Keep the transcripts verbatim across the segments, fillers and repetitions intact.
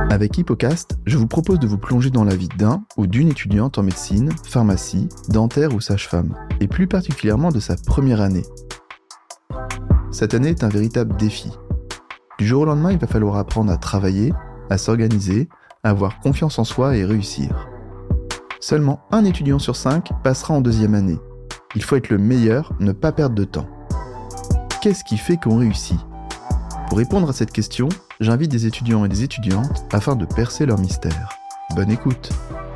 Avec Hippocast, je vous propose de vous plonger dans la vie d'un ou d'une étudiante en médecine, pharmacie, dentaire ou sage-femme, et plus particulièrement de sa première année. Cette année est un véritable défi. Du jour au lendemain, il va falloir apprendre à travailler, à s'organiser, à avoir confiance en soi et réussir. Seulement un étudiant sur cinq passera en deuxième année. Il faut être le meilleur, ne pas perdre de temps. Qu'est-ce qui fait qu'on réussit ? Pour répondre à cette question, j'invite des étudiants et des étudiantes afin de percer leur mystère. Bonne écoute.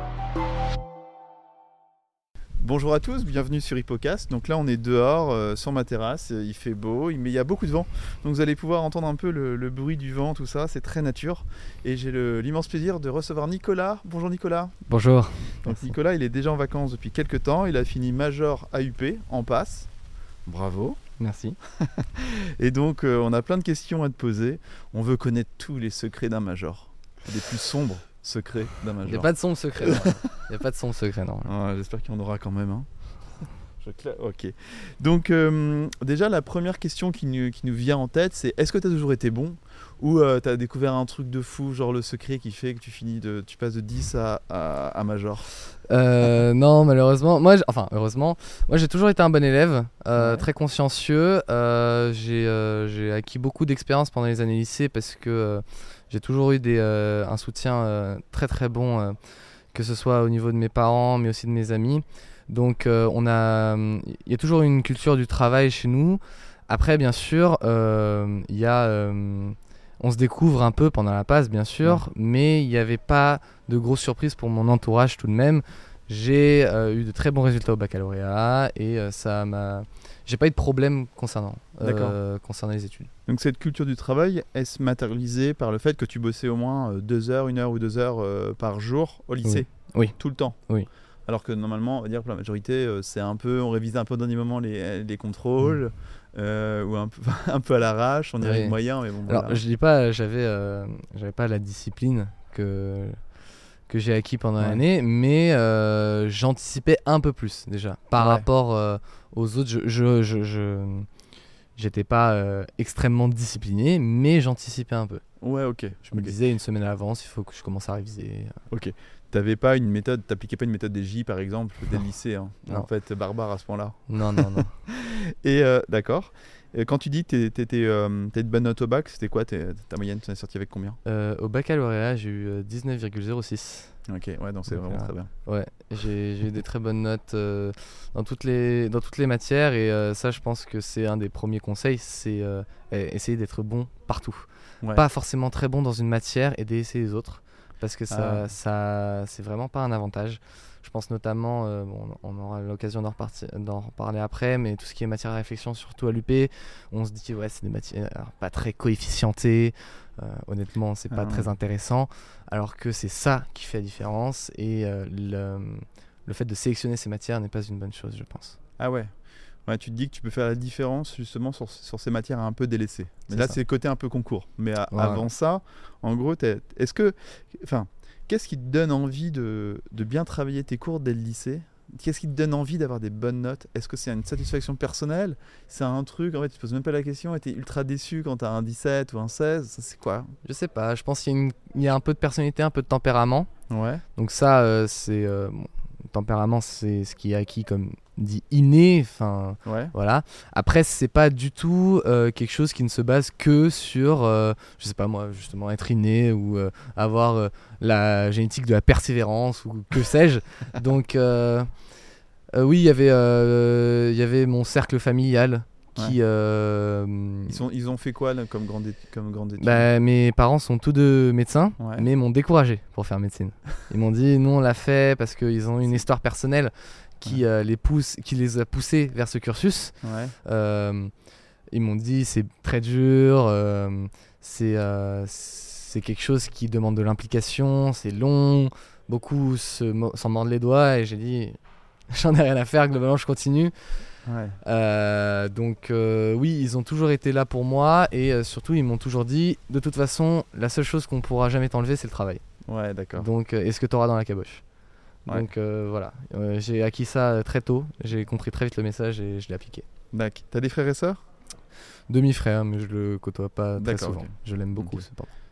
Bonjour à tous, bienvenue sur Hippocast. Donc là on est dehors euh, sur ma terrasse, il fait beau, mais il y a beaucoup de vent. Donc vous allez pouvoir entendre un peu le, le bruit du vent, tout ça, c'est très nature. Et j'ai le, l'immense plaisir de recevoir Nicolas. Bonjour Nicolas. Bonjour. Donc Merci. Nicolas, il est déjà en vacances depuis quelques temps, il a fini major A U P en passe. Bravo. Merci. Et donc euh, on a plein de questions à te poser. On veut connaître tous les secrets d'un major, les plus sombres secrets d'un major. Il n'y a pas de son secret. Il n'y a pas de son secret, non. Ah, j'espère qu'il y en aura quand même. Hein. Je cla... Ok. Donc euh, déjà la première question qui nous, qui nous vient en tête, c'est est-ce que tu as toujours été bon ou euh, tu as découvert un truc de fou, genre le secret qui fait que tu finis de, tu passes de dix à, à, à major? euh, Non, malheureusement. Moi, enfin, heureusement, moi j'ai toujours été un bon élève, euh, Ouais. très consciencieux. Euh, j'ai, euh, j'ai acquis beaucoup d'expérience pendant les années lycée parce que euh, j'ai toujours eu des, euh, un soutien euh, très très bon, euh, que ce soit au niveau de mes parents, mais aussi de mes amis. Donc, euh, on a, il y a toujours une culture du travail chez nous. Après, bien sûr, euh, il y a euh, on se découvre un peu pendant la passe, bien sûr, ouais. Mais il n'y avait pas de grosses surprises pour mon entourage tout de même. J'ai euh, eu de très bons résultats au baccalauréat et euh, ça m'a... j'ai pas eu de problème concernant, euh, concernant les études. Donc cette culture du travail, elle se matérialisait par le fait que tu bossais au moins euh, deux heures, une heure ou deux heures euh, par jour au lycée, oui. Oui. Tout le temps. Oui. Alors que normalement, on va dire que la majorité, euh, c'est un peu, on révise un peu au dernier moment les, les contrôles, mmh. euh, ou un peu, un peu à l'arrache, on y arrive oui. moyen, mais bon. Alors, voilà. je dis pas, j'avais, euh, j'avais pas la discipline que que j'ai acquis pendant ouais. l'année, mais euh, j'anticipais un peu plus déjà par ouais. rapport euh, aux autres. Je, je, je, je j'étais pas euh, extrêmement discipliné, mais j'anticipais un peu. Ouais, ok. Je me okay. disais une semaine à l'avance, il faut que je commence à réviser. Ok. T'avais pas une méthode, t'appliquais pas une méthode des J par exemple, dès le lycée, hein. En fait, barbare à ce point-là. Non, non, non. Et euh, d'accord. Et quand tu dis que tu étais euh, de bonne note au bac, c'était quoi ta moyenne? Tu es sorti avec combien? euh, Au baccalauréat, j'ai eu dix-neuf virgule zéro six. Ok, ouais, donc c'est donc, vraiment euh, très bien. Ouais, j'ai, j'ai eu des très bonnes notes euh, dans, toutes les, dans toutes les matières et euh, ça, je pense que c'est un des premiers conseils, c'est euh, essayer d'être bon partout. Ouais. Pas forcément très bon dans une matière et délaisser les autres. Parce que ça, ah. ça, c'est vraiment pas un avantage. Je pense notamment, euh, bon, on aura l'occasion d'en, repartir, d'en reparler après, mais tout ce qui est matière à réflexion, surtout à l'U P, on se dit que ouais, c'est des matières alors, pas très coefficientées. Euh, honnêtement, c'est pas ah. très intéressant. Alors que c'est ça qui fait la différence. Et euh, le, le fait de sélectionner ces matières n'est pas une bonne chose, je pense. Ah ouais. Ouais, tu te dis que tu peux faire la différence justement sur, sur ces matières un peu délaissées. Mais c'est là, ça. c'est le côté un peu concours. Mais à, ouais, avant ouais. ça, en gros, est-ce que, enfin, qu'est-ce qui te donne envie de, de bien travailler tes cours dès le lycée? Qu'est-ce qui te donne envie d'avoir des bonnes notes? Est-ce que c'est une satisfaction personnelle? C'est un truc, en fait, tu te poses même pas la question et tu es ultra déçu quand tu as un dix-sept ou un seize? Ça, c'est quoi? Je sais pas, je pense qu'il y a, une, il y a un peu de personnalité, un peu de tempérament. Ouais. Donc ça, euh, c'est... Euh, bon, tempérament, c'est ce qui est acquis comme dit inné, enfin ouais. voilà. Après, c'est pas du tout euh, quelque chose qui ne se base que sur, euh, je sais pas moi, justement être inné ou euh, avoir euh, la génétique de la persévérance ou que sais-je. Donc euh, euh, oui, il y avait, euh, il y avait mon cercle familial. Qui, ouais. euh, ils, sont, ils ont fait quoi là, comme grande étude, comme grande étude bah, mes parents sont tous deux médecins, ouais. mais m'ont découragé pour faire médecine. Ils m'ont dit nous on l'a fait parce qu'ils ont une histoire personnelle qui, ouais. euh, les pousse, qui les a poussés vers ce cursus. Ouais. Euh, ils m'ont dit c'est très dur, euh, c'est, euh, c'est quelque chose qui demande de l'implication, c'est long, beaucoup se, s'en mordent les doigts et j'ai dit j'en ai rien à faire, globalement je continue. Ouais. Euh, donc euh, oui, ils ont toujours été là pour moi et euh, surtout ils m'ont toujours dit de toute façon la seule chose qu'on pourra jamais t'enlever c'est le travail. Ouais, d'accord. Donc euh, et ce que tu auras dans la caboche. Ouais. Donc euh, voilà, euh, j'ai acquis ça très tôt, j'ai compris très vite le message et je l'ai appliqué. D'accord. T'as des frères et sœurs? Demi-frère, mais je le côtoie pas très d'accord, souvent. Okay. Je l'aime beaucoup. Okay. C'est pas...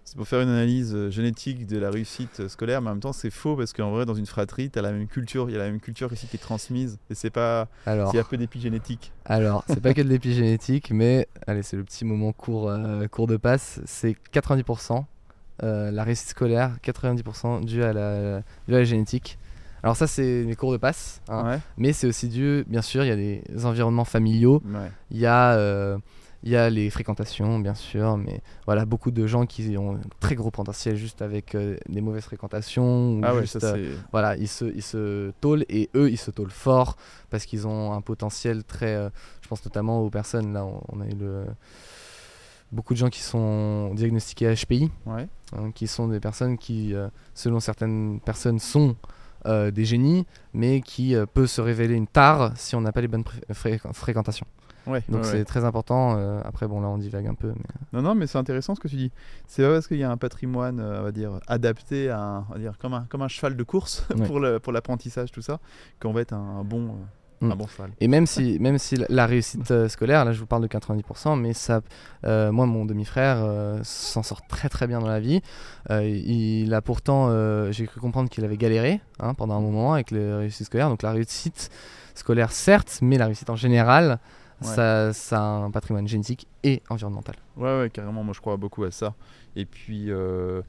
C'est pour faire une analyse euh, génétique de la réussite euh, scolaire, mais en même temps c'est faux parce qu'en vrai dans une fratrie tu as la même culture, il y a la même culture ici qui est transmise et c'est pas Alors, s'il y a peu d'épigénétique. Alors, c'est pas que de l'épigénétique, mais allez, c'est le petit moment court, euh, court de passe, c'est quatre-vingt-dix pour cent euh, la réussite scolaire, quatre-vingt-dix pour cent dû à la, dû à la génétique. Alors ça c'est les cours de passe, hein, Ouais. mais c'est aussi dû, bien sûr, il y a des environnements familiaux, Ouais. il y a euh, il y a les fréquentations, bien sûr, mais voilà, beaucoup de gens qui ont un très gros potentiel juste avec euh, des mauvaises fréquentations. Ou Ah ouais, juste, ça euh, c'est. voilà, ils se, ils se tôlent et eux, ils se tôlent fort parce qu'ils ont un potentiel très. euh, je pense notamment aux personnes, là, on, on a eu le, beaucoup de gens qui sont diagnostiqués H P I, Ouais. hein, qui sont des personnes qui, euh, selon certaines personnes, sont euh, des génies, mais qui euh, peut se révéler une tare si on n'a pas les bonnes pré- fré- fréquentations. Ouais, Donc ouais, c'est ouais. très important. euh, après, bon, là, on divague un peu. Mais... Non, non, mais c'est intéressant ce que tu dis. C'est pas parce qu'il y a un patrimoine, euh, on va dire, adapté à un, on va dire, comme un, comme un cheval de course Ouais. pour, le, pour l'apprentissage, tout ça, qu'on va être un, un bon, euh, Mm. un bon cheval. Et même si, même si la- la réussite euh, scolaire, là je vous parle de quatre-vingt-dix pour cent, mais ça, euh, moi mon demi-frère euh, s'en sort très très bien dans la vie. Euh, il a pourtant, euh, j'ai cru comprendre qu'il avait galéré hein, pendant un moment avec les réussites scolaires. Donc la réussite scolaire certes, mais la réussite en général, Ouais. ça, ça a un patrimoine génétique et environnemental. Ouais, ouais, carrément, moi je crois beaucoup à ça. Et puis, euh,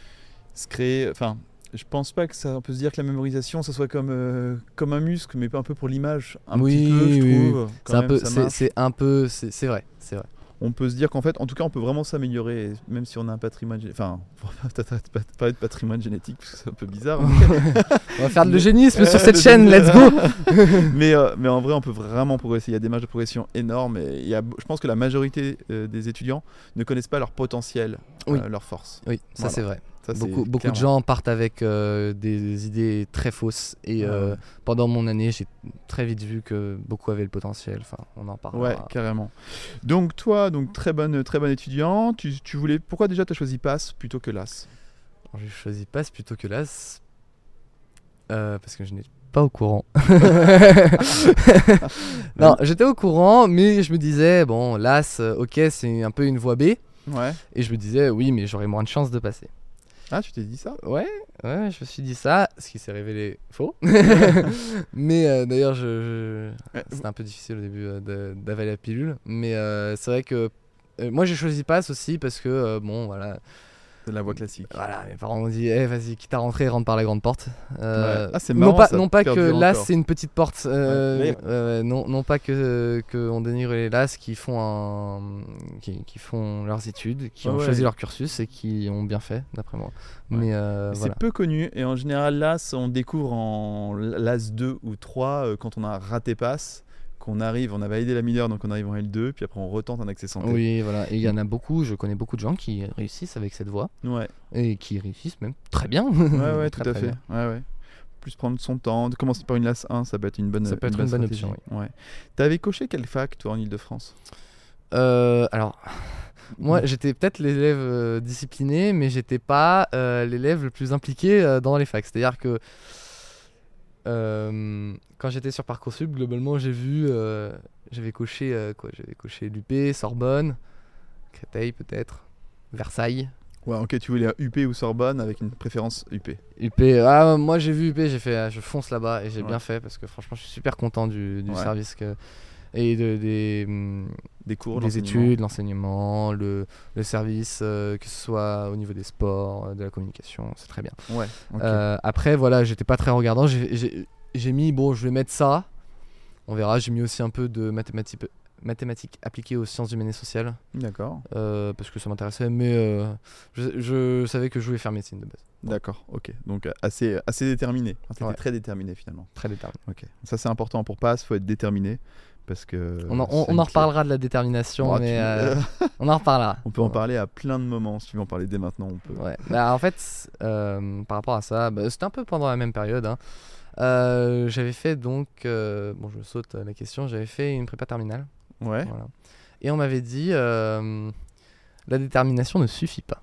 se créer. Enfin, je pense pas que ça. On peut se dire que la mémorisation, ça soit comme, euh, comme un muscle, mais pas un peu pour l'image. Un Oui, petit peu, je oui, trouve. quand C'est un même, peu, ça c'est, marche. c'est un peu, c'est, c'est vrai, c'est vrai. On peut se dire qu'en fait, en tout cas, on peut vraiment s'améliorer, même si on a un patrimoine. gé- Enfin, on va peut-être pas parler de patrimoine génétique, parce que c'est un peu bizarre. On va faire de Mais- l'eugénisme sur Euh, cette le chaîne, génie- let's go. mais, euh, mais en vrai, on peut vraiment progresser. Il y a des marges de progression énormes. Et il y a, je pense que la majorité euh, des étudiants ne connaissent pas leur potentiel, Oui. euh, leur force. Oui, ça Voilà. c'est vrai. Ça, c'est Beaucoup, beaucoup de clairement. gens partent avec euh, des idées très fausses et Ouais, euh, ouais. pendant mon année j'ai très vite vu que beaucoup avaient le potentiel, enfin on en parlera. Ouais, carrément. Donc toi, donc très bonne, très bon étudiant. Tu, tu voulais, pourquoi déjà tu as choisi PASS plutôt que LAS? Alors, j'ai choisi PASS plutôt que LAS euh, parce que je n'étais pas au courant. Non, j'étais au courant mais je me disais bon LAS euh, ok c'est un peu une voie B Ouais. et je me disais oui mais j'aurais moins de chances de passer. Ah, tu t'es dit ça? Ouais, ouais, je me suis dit ça, ce qui s'est révélé faux. Mais euh, d'ailleurs, je, je... Ouais. c'était un peu difficile au début euh, de- d'avaler la pilule. Mais euh, c'est vrai que euh, moi, j'ai choisi PASS aussi parce que, euh, bon, voilà, C'est la voie classique. voilà, mes parents m'ont dit, eh, vas-y, quitte à rentrer, rentre par la grande porte. Euh, Ouais. Ah, c'est non marrant, pas, ça, non pas perdure que là, encore. c'est une petite porte. euh, Ouais, mais- euh, non, non pas que, que on dénigre les L A S qui font, un, qui, qui font leurs études, qui Ouais, ont ouais. choisi leur cursus et qui ont bien fait, d'après moi. Ouais. Mais euh, C'est voilà. peu connu et en général LAS on découvre en LAS deux ou trois euh, quand on a raté PASS, qu'on arrive, on a validé la mineure donc on arrive en L deux puis après on retente un accès santé. Oui, voilà. Et il y en a beaucoup, je connais beaucoup de gens qui réussissent avec cette voie Ouais, et qui réussissent même très bien. ouais, ouais, Très, tout à très fait. bien. Ouais, ouais. Plus prendre son temps, de commencer par une LAS un, ça peut être une bonne Ça peut être une bonne stratégie. option, Ouais. T'avais coché quelle fac toi en Ile-de-France? Euh, alors, moi j'étais peut-être l'élève euh, discipliné, mais j'étais pas euh, l'élève le plus impliqué euh, dans les facs. C'est-à-dire que euh, quand j'étais sur Parcoursup, globalement j'ai vu, euh, j'avais coché euh, quoi, j'avais coché l'U P, Sorbonne, Créteil peut-être, Versailles. Ouais, ok, tu voulais à U P ou Sorbonne avec une préférence U P. U P, ah, moi j'ai vu U P, j'ai fait, ah, je fonce là-bas et j'ai Ouais. bien fait parce que franchement je suis super content du, du Ouais. service que, et de, des, hum, Des cours, des l'enseignement. études, l'enseignement, le, le service, euh, que ce soit au niveau des sports, euh, de la communication, c'est très bien. Ouais, ok. Euh, après voilà, j'étais pas très regardant, j'ai- j'ai j'ai mis, bon je vais mettre ça, on verra, j'ai mis aussi un peu de mathématiques mathématiques appliquées aux sciences humaines et sociales. D'accord, Euh, parce que ça m'intéressait, mais euh, je, je savais que je voulais faire médecine de base. d'accord, ok. Donc euh, assez, assez déterminé. Enfin, t'étais Ouais. très déterminé finalement. Très déterminé. Ok, ça c'est important pour PASS, faut être déterminé parce que. On en, c'est on- on une en clé. reparlera de la détermination, Bon, mais tu- euh, on en reparlera. On peut en parler à plein de moments. Si tu veux en parler dès maintenant, on peut. Ouais. Bah, en fait, euh, par rapport à ça, bah, c'était un peu pendant la même période. hein. Euh, j'avais fait donc, euh, bon, je saute la question, j'avais fait une prépa terminale. Ouais. Voilà. Et on m'avait dit, euh, la détermination ne suffit pas.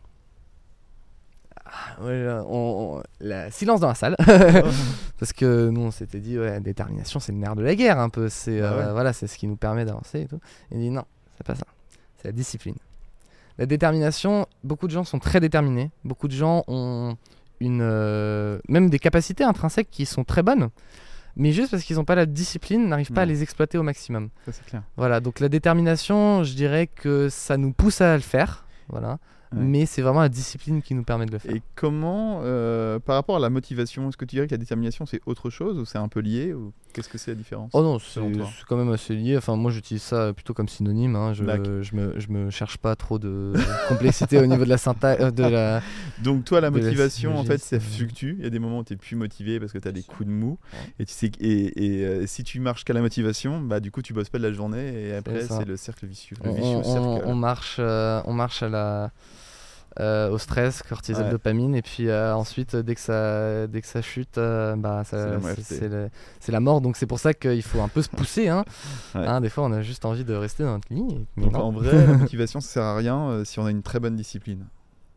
Ah, ouais, là, on- on- la silence dans la salle. Parce que nous on s'était dit ouais, la détermination c'est le nerf de la guerre un peu, c'est Bah euh, ouais. voilà, c'est ce qui nous permet d'avancer et tout. Il dit non, c'est pas ça, c'est la discipline. La détermination, beaucoup de gens sont très déterminés. Beaucoup de gens ont une, euh, même des capacités intrinsèques qui sont très bonnes. Mais juste parce qu'ils n'ont pas la discipline, n'arrivent pas Ouais. à les exploiter au maximum. Ça, c'est clair. Voilà, donc la détermination, je dirais que ça nous pousse à le faire. Voilà. Ouais. Mais c'est vraiment la discipline qui nous permet de le faire. Et comment, euh, par rapport à la motivation, est-ce que tu dirais que la détermination c'est autre chose ou c'est un peu lié ou qu'est-ce que c'est la différence? Oh non, c'est selon toi c'est quand même assez lié. Enfin, moi, j'utilise ça plutôt comme synonyme. Hein. Je, D'accord. je, me, je me cherche pas trop de complexité au niveau de la syntaxe. euh, de la... Donc toi, la de la motivation, en fait, ça syllogisme. fluctue. Il y a des moments où tu es plus motivé parce que tu as des coups de mou. Ouais. Et, tu sais, que- et, et, euh, si tu marches qu'à la motivation, bah, du coup, tu bosses pas de la journée et après, ça. c'est le cercle vicieux. Le On, vicieux on- cercle. on marche, euh, on marche à la, euh, au stress, cortisol, Ouais. dopamine, et puis euh, ensuite, dès que ça, dès que ça chute, euh, bah, C'est ça, la c'est, M O F T. c'est le- c'est la mort. Donc c'est pour ça qu'il faut un peu se pousser. Hein. Ouais. Hein, des fois, on a juste envie de rester dans notre lit. Mais Donc non. en vrai, la motivation, ça sert à rien euh, si on a une très bonne discipline.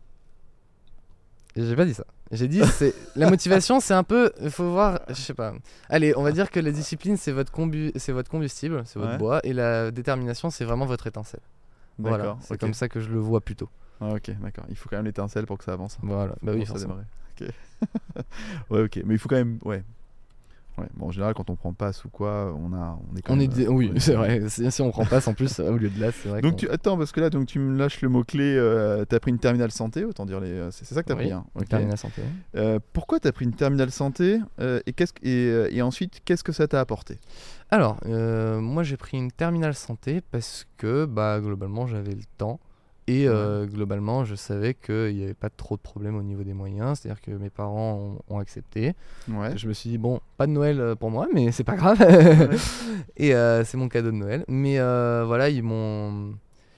J'ai pas dit ça. J'ai dit c'est la motivation, c'est un peu, il faut voir, je sais pas. Allez, on va dire que la discipline c'est votre combu, c'est votre combustible, c'est votre Ouais. bois, et la détermination c'est vraiment votre étincelle. Voilà, D'accord. c'est ok. comme ça que je le vois plutôt. Ah, ok, d'accord. Il faut quand même l'étincelle pour que ça avance. Voilà, bah oui, Pour ça forcément. démarrer. Ok. Ouais, ok. Mais il faut quand même. Ouais. Ouais. Bon, en général, quand on prend passe ou quoi, on a, on est quand On même. est, dé- euh, oui, ouais. c'est vrai. Si, si on prend passe en plus euh, au lieu de là, c'est vrai. Donc qu'on- tu attends parce que là, donc tu me lâches le mot clé. Euh, t'as pris une terminale santé, autant dire les. euh, C'est c'est ça que t'as Oui, pris. Hein. Ok. terminal santé. Euh, pourquoi t'as pris une terminale santé euh, et qu'est-ce que- et, euh, et ensuite qu'est-ce que ça t'a apporté? Alors, euh, moi j'ai pris une terminale santé parce que bah globalement j'avais le temps. Et euh, globalement, je savais qu'il n'y avait pas trop de problèmes au niveau des moyens, c'est-à-dire que mes parents ont, ont accepté. Ouais. Je me suis dit, bon, pas de Noël euh, pour moi, mais c'est pas grave. Et euh, c'est mon cadeau de Noël. Mais euh, voilà, ils m'ont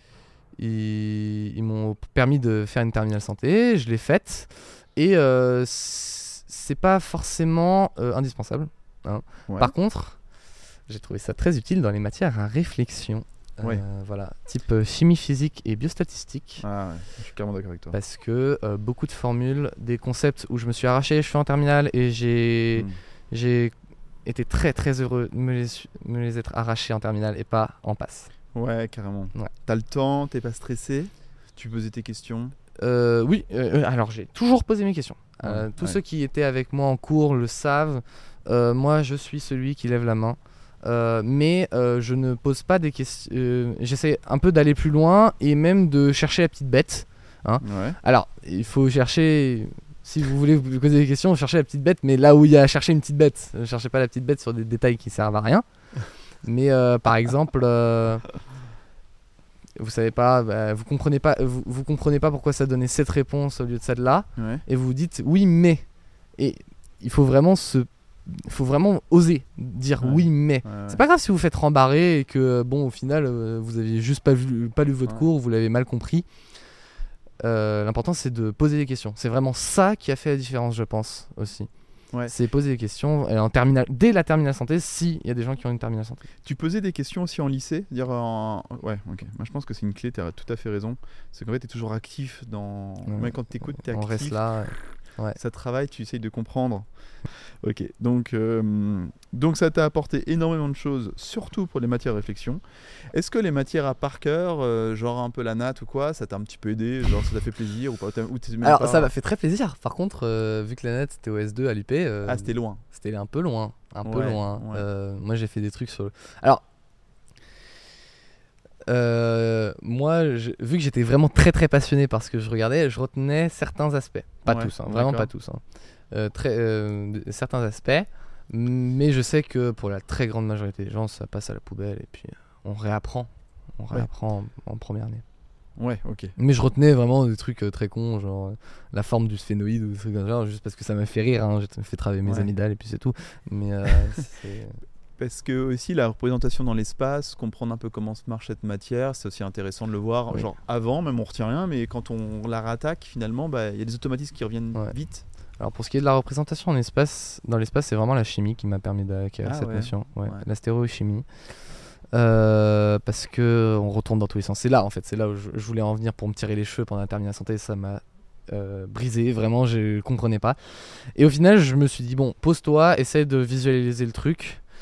ils, ils m'ont permis de faire une terminale santé, je l'ai faite. Et euh, c- c'est pas forcément euh, indispensable. hein. Ouais. Par contre, j'ai trouvé ça très utile dans les matières à réflexion. Euh, Ouais. Voilà, type euh, chimie physique et biostatistique. Ah ouais. Je suis carrément d'accord avec toi. Parce que euh, beaucoup de formules, des concepts où je me suis arraché les cheveux en terminale et j'ai Hmm. j'ai été très très heureux de me les, su- me les être arrachés en terminale et pas en passe. Ouais, carrément. Ouais. T'as le temps, t'es pas stressé, tu posais tes questions. Euh, oui, euh, alors j'ai toujours posé mes questions. Euh, Ouais, tous ouais. ceux qui étaient avec moi en cours le savent. Euh, moi, je suis celui qui lève la main. Euh, mais euh, je ne pose pas des questions. euh, J'essaie un peu d'aller plus loin et même de chercher la petite bête. Hein. Ouais. Alors, il faut chercher. Si vous voulez vous poser des questions, cherchez la petite bête, mais là où il y a à chercher une petite bête. Ne cherchez pas la petite bête sur des détails qui servent à rien. Mais euh, par exemple, euh, vous savez pas, bah, vous comprenez pas, vous, vous comprenez pas pourquoi ça donnait cette réponse au lieu de celle-là, Ouais. et vous vous dites oui mais. Et il faut vraiment se, il faut vraiment oser dire Ouais. oui mais. Ouais, ouais. C'est pas grave si vous faites rembarrer et que bon au final euh, vous aviez juste pas vu, pas lu votre Ouais. cours, vous l'avez mal compris. Euh, L'important c'est de poser des questions. C'est vraiment ça qui a fait la différence, je pense aussi. Ouais. C'est poser des questions et en terminale, dès la terminale santé, si il y a des gens qui ont une terminale santé. Tu posais des questions aussi en lycée, dire en... ouais, ok. Moi je pense que c'est une clé. T'as tout à fait raison. C'est qu'en fait t'es toujours actif dans. Ouais. Même quand t'écoutes, t'es On actif. reste là. Ouais. Ça travaille, tu essayes de comprendre. Ok, donc, euh, donc ça t'a apporté énormément de choses, surtout pour les matières de réflexion. Est-ce que les matières à par cœur, euh, genre un peu la natte ou quoi, ça t'a un petit peu aidé, genre ça t'a fait plaisir ou pas, ou t'es même Alors pas- ça m'a fait très plaisir. Par contre, euh, vu que la nette c'était au S deux à l'U P, euh, Ah, c'était loin. c'était un peu loin, un peu Ouais, loin. ouais. Euh, moi j'ai fait des trucs sur le. Alors. Euh, moi, je- vu que j'étais vraiment très très passionné par ce que je regardais, je retenais certains aspects. Pas Ouais, tous, hein, vraiment d'accord. pas tous. hein. Euh, très, euh, de- certains aspects. Mais je sais que pour la très grande majorité des gens, ça passe à la poubelle et puis euh, on réapprend. On Ouais. réapprend en, en première année. Ouais, ok. Mais je retenais vraiment des trucs euh, très cons, genre euh, la forme du sphénoïde ou des trucs comme ça, juste parce que ça m'a fait rire. Hein, j'ai fait travailler mes Ouais. amygdales et puis c'est tout. Mais euh, c'est. Parce que aussi la représentation dans l'espace, comprendre un peu comment se marche cette matière, c'est aussi intéressant de le voir. Oui. Genre avant, même on retient rien, mais quand on la rattaque, finalement, bah, il y a des automatismes qui reviennent Ouais. vite. Alors pour ce qui est de la représentation en espace, dans l'espace, c'est vraiment la chimie qui m'a permis d'acquérir Ah cette ouais. notion. Ouais, Ouais. La stéréochimie. Euh, parce que on retourne dans tous les sens. C'est là en fait, c'est là où je, je voulais en venir pour me tirer les cheveux pendant la terminale santé. Ça m'a euh, brisé, vraiment, je comprenais pas. Et au final, je me suis dit bon, pose-toi, essaye de visualiser le truc.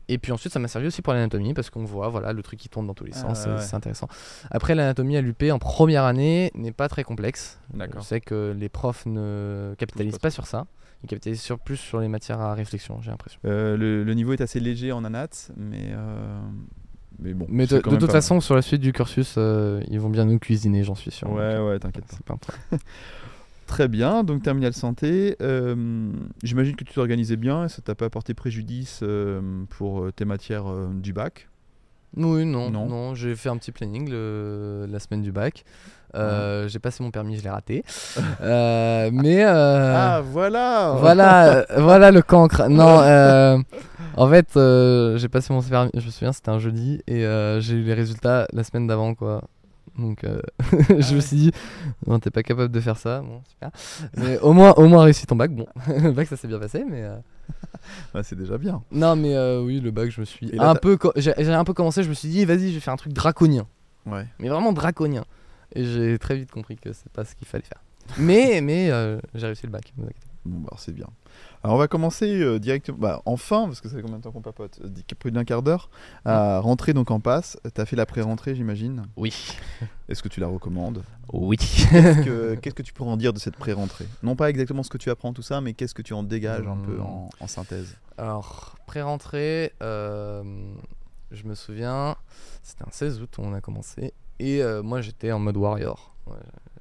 Et puis ensuite, ça m'a servi aussi pour l'anatomie parce qu'on voit voilà, le truc qui tourne dans tous les Ah, sens, ouais, ouais. c'est intéressant. Après, l'anatomie à l'U P en première année n'est pas très complexe. D'accord. Je sais que les profs ne capitalisent pas sur ça. Ils capitalisent sur, plus sur les matières à réflexion, j'ai l'impression. Euh, le, le niveau est assez léger en anat, mais, euh, mais bon. Mais c'est de, quand de même toute pas façon, sur la suite du cursus, euh, ils vont bien nous cuisiner, j'en suis sûr. mal. Ouais, Donc, ouais, t'inquiète pas. c'est pas un problème. Très bien, donc terminale santé. Euh, J'imagine que tu t'organisais bien et ça t'a pas apporté préjudice euh, pour euh, tes matières euh, du bac. Oui, non, Non. non, j'ai fait un petit planning le- la semaine du bac. Euh, J'ai passé mon permis, je l'ai raté. Euh, mais euh, Ah, voilà voilà, euh, voilà le cancre. Non, euh, en fait, euh, j'ai passé mon permis. Je me souviens, c'était un jeudi et euh, j'ai eu les résultats la semaine d'avant, quoi. Donc, euh, je me suis dit, non, t'es pas capable de faire ça. Bon, super. Mais au moins, au moins réussi ton bac. Bon, le bac, ça s'est bien passé, mais. euh, Bah, c'est déjà bien. Non, mais euh, oui, le bac, je me suis Et là, un t'as- peu. co- J'ai j'ai un peu commencé. Je me suis dit, vas-y, je vais faire un truc draconien. Ouais. Mais vraiment draconien. Et j'ai très vite compris que c'est pas ce qu'il fallait faire. Mais, mais euh, j'ai réussi le bac. ne vous inquiétez Bon, bah, c'est bien. Alors, on va commencer euh, directement. Bah, enfin, parce que ça fait combien de temps qu'on papote? Euh, dix- Plus d'un quart d'heure. À rentrer donc en passe. T'as fait la pré-rentrée, j'imagine. pas. Oui. Est-ce que tu la recommandes? Oui. Qu'est-ce que Qu'est-ce que tu pourrais en dire de cette pré-rentrée? Non pas exactement ce que tu apprends, tout ça, mais qu'est-ce que tu en dégages un peu en, en synthèse? Alors, pré-rentrée, euh, je me souviens, c'était un seize août où on a commencé. Et euh, moi, j'étais en mode warrior. Ouais,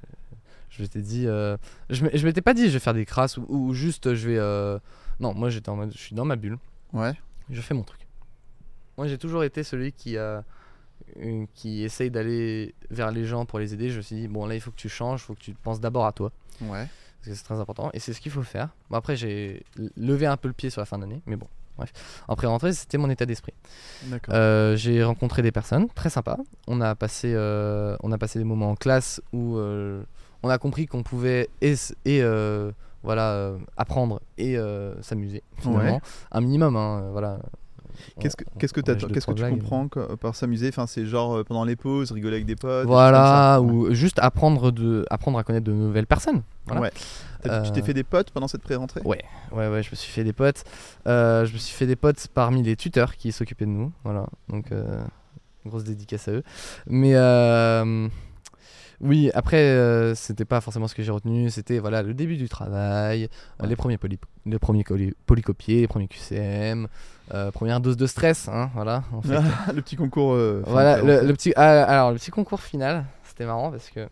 je m'étais dit. euh, je m- je m'étais pas dit, je vais faire des crasses ou, ou juste je vais. euh, Non, moi, j'étais en mode. Je suis dans ma bulle. Ouais. Je fais mon truc. Moi, j'ai toujours été celui qui a. euh, qui essaye d'aller vers les gens pour les aider. Je me suis dit, bon, là, il faut que tu changes, il faut que tu penses d'abord à toi. Ouais. Parce que c'est très important et c'est ce qu'il faut faire. Bon, après, j'ai levé un peu le pied sur la fin d'année, mais bon, bref. En pré-rentrée, c'était mon état d'esprit. D'accord. Euh, j'ai rencontré des personnes très sympas. On a passé, euh, on a passé des moments en classe où euh, on a compris qu'on pouvait et, et euh, voilà, euh, apprendre et euh, s'amuser finalement. Ouais. Un minimum, hein, euh, voilà. Qu'est-ce que On- qu'est-ce que, on t'attends- lâche deux, qu'est-ce que trois tu blagues. comprends quoi, par s'amuser? Enfin, c'est genre euh, pendant les pauses, rigoler avec des potes. des choses Voilà, comme ça. ou juste apprendre, de, apprendre à connaître de nouvelles personnes. Voilà. Ouais. T'as- Tu t'es Euh, fait des potes pendant cette pré-rentrée? Ouais, ouais, ouais, je me suis fait des potes. Euh, je me suis fait des potes parmi les tuteurs qui s'occupaient de nous. Voilà, donc euh, grosse dédicace à eux. Mais euh, oui, après, euh, c'était pas forcément ce que j'ai retenu. C'était voilà le début du travail, euh, Ouais. les premiers poly, les premiers colis- polycopiés, les premiers Q C M, euh, première dose de stress. Hein, voilà, en fait. Ah, le petit concours. euh, fin Voilà, de le, pré-rentrée. le petit, ah, alors le petit concours final, c'était marrant parce que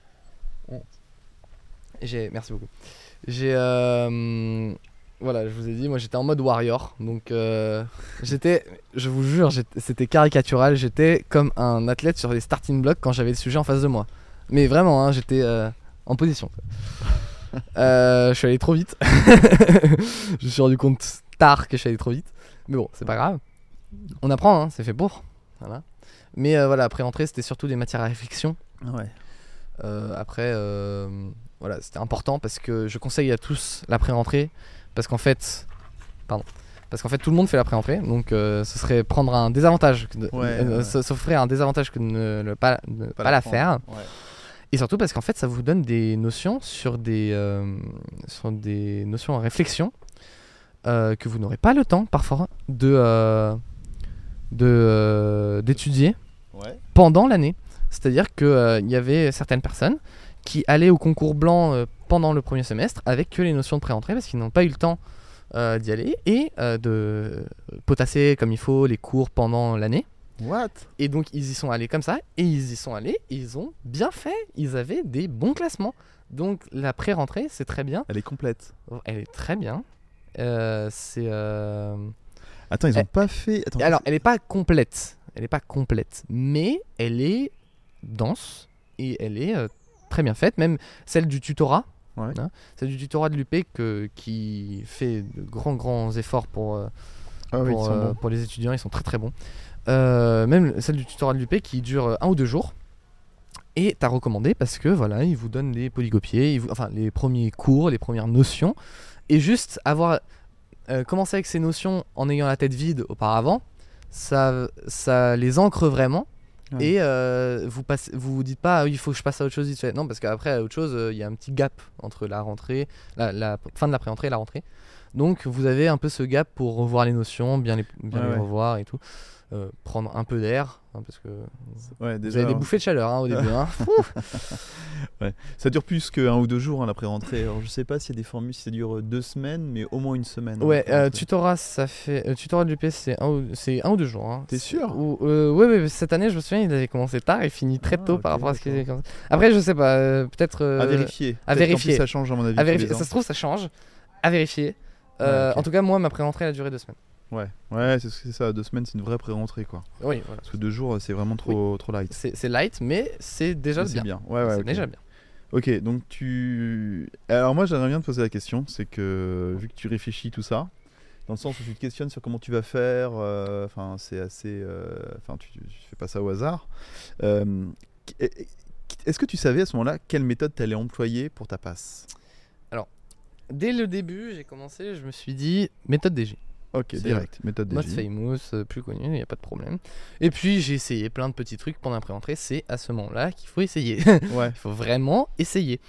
j'ai, merci beaucoup. J'ai, euh, voilà, je vous ai dit, moi j'étais en mode warrior, donc euh, j'étais, je vous jure, j'étais- c'était caricatural. J'étais comme un athlète sur les starting blocks quand j'avais le sujet en face de moi. Mais vraiment, hein, j'étais euh, en position. Euh, je suis allé trop vite. Je me suis rendu compte tard que je suis allé trop vite. Mais bon, c'est pas grave. On apprend, hein, c'est fait pour. Voilà. Mais euh, voilà, après rentrée, c'était surtout des matières à réflexion. Ouais. Euh, après, euh, voilà, c'était important parce que je conseille à tous la pré-rentrée parce qu'en fait, pardon, parce qu'en fait tout le monde fait la pré-rentrée, donc euh, ce serait prendre un désavantage, que de- Ouais, euh, ouais. ça s'offrait un désavantage que de ne le- pas, ne pas, la prendre. faire. Ouais. Et surtout parce qu'en fait, ça vous donne des notions sur des, euh, sur des notions en réflexion euh, que vous n'aurez pas le temps parfois de euh, de euh, d'étudier Ouais. pendant l'année. C'est-à-dire qu'il y avait certaines personnes qui allaient au concours blanc euh, pendant le premier semestre avec que les notions de pré-rentrée parce qu'ils n'ont pas eu le temps euh, d'y aller et euh, de potasser comme il faut les cours pendant l'année. What? Et donc ils y sont allés comme ça et ils y sont allés, ils ont bien fait, ils avaient des bons classements. Donc la pré-rentrée c'est très bien, Elle est complète. elle est très bien. Euh, c'est euh, Attends, ils ont Eh, pas fait. Attends, alors c'est- elle est pas complète, elle est pas complète, mais elle est dense et elle est euh, très bien faite. Même celle du tutorat, Ouais. hein, celle du tutorat de l'U P que, qui fait de grands grands efforts pour, euh, Ah oui, ils pour, sont euh, bons. pour les étudiants, ils sont très très bons. Euh, même celle du tutorat de l'U P qui dure euh, un ou deux jours. Et t'as recommandé parce que voilà, ils vous donnent les polycopiés, ils vous- enfin les premiers cours, les premières notions. Et juste avoir euh, commencé avec ces notions en ayant la tête vide auparavant, ça, ça les ancre vraiment. Ouais. Et euh, vous passez, vous vous dites pas, ah oui, il faut que je passe à autre chose vite fait. Non, parce qu'après, à autre chose, il y a un petit gap entre la rentrée, la, la fin de la pré-rentrée et la rentrée. Donc vous avez un peu ce gap pour revoir les notions, bien les, bien Ouais, les ouais. revoir et tout. Euh, prendre un peu d'air, hein, parce que Ouais, vous déjà, avez des hein. bouffées de chaleur hein, au début. Hein. Ouais. Ça dure plus qu'un ou deux jours hein, la pré-rentrée. Alors je sais pas s'il y a des formules, si ça dure euh, deux semaines, mais au moins une semaine. hein, Ouais, la euh, pré-rentrée. tutorat, ça fait. Euh, tutorat de l'U P S, c'est un, ou... c'est un ou deux jours. Hein. T'es C'est- sûr ou, euh, ouais, ouais, cette année, je me souviens, il avait commencé tard et fini très Ah, tôt ok, par rapport à ce qu'il d'accord. avait commencé. Après, je sais pas, euh, peut-être. euh, À vérifier. à Peut-être qu'en vérifier. plus, ça change à mon avis. À tous vérifier. les ans. Ça se trouve, ça change. À vérifier. Euh, Ouais, ok. En tout cas, moi, ma pré-rentrée, elle a duré deux semaines. Ouais, ouais, c'est c'est ça. Deux semaines, c'est une vraie pré-rentrée quoi. Oui, voilà. Parce que deux jours, c'est vraiment trop, trop light. C'est c'est light, mais c'est déjà Mais c'est bien. bien. Ouais, ouais. C'est ok. déjà bien. Ok, donc tu. Alors moi, j'aimerais bien te poser la question, c'est que vu que tu réfléchis tout ça, dans le sens où tu te questionnes sur comment tu vas faire, euh, enfin c'est assez, euh, enfin tu, tu fais pas ça au hasard. Euh, Est-ce que tu savais à ce moment-là quelle méthode tu allais employer pour ta passe? Dès le début, j'ai commencé, je me suis dit méthode D J. Ok, C'est direct, méthode D Most J. famous, euh, plus connu, il n'y a pas de problème. Et puis j'ai essayé plein de petits trucs pendant la pré-rentrée. C'est à ce moment-là qu'il faut essayer. Ouais. Il faut vraiment essayer.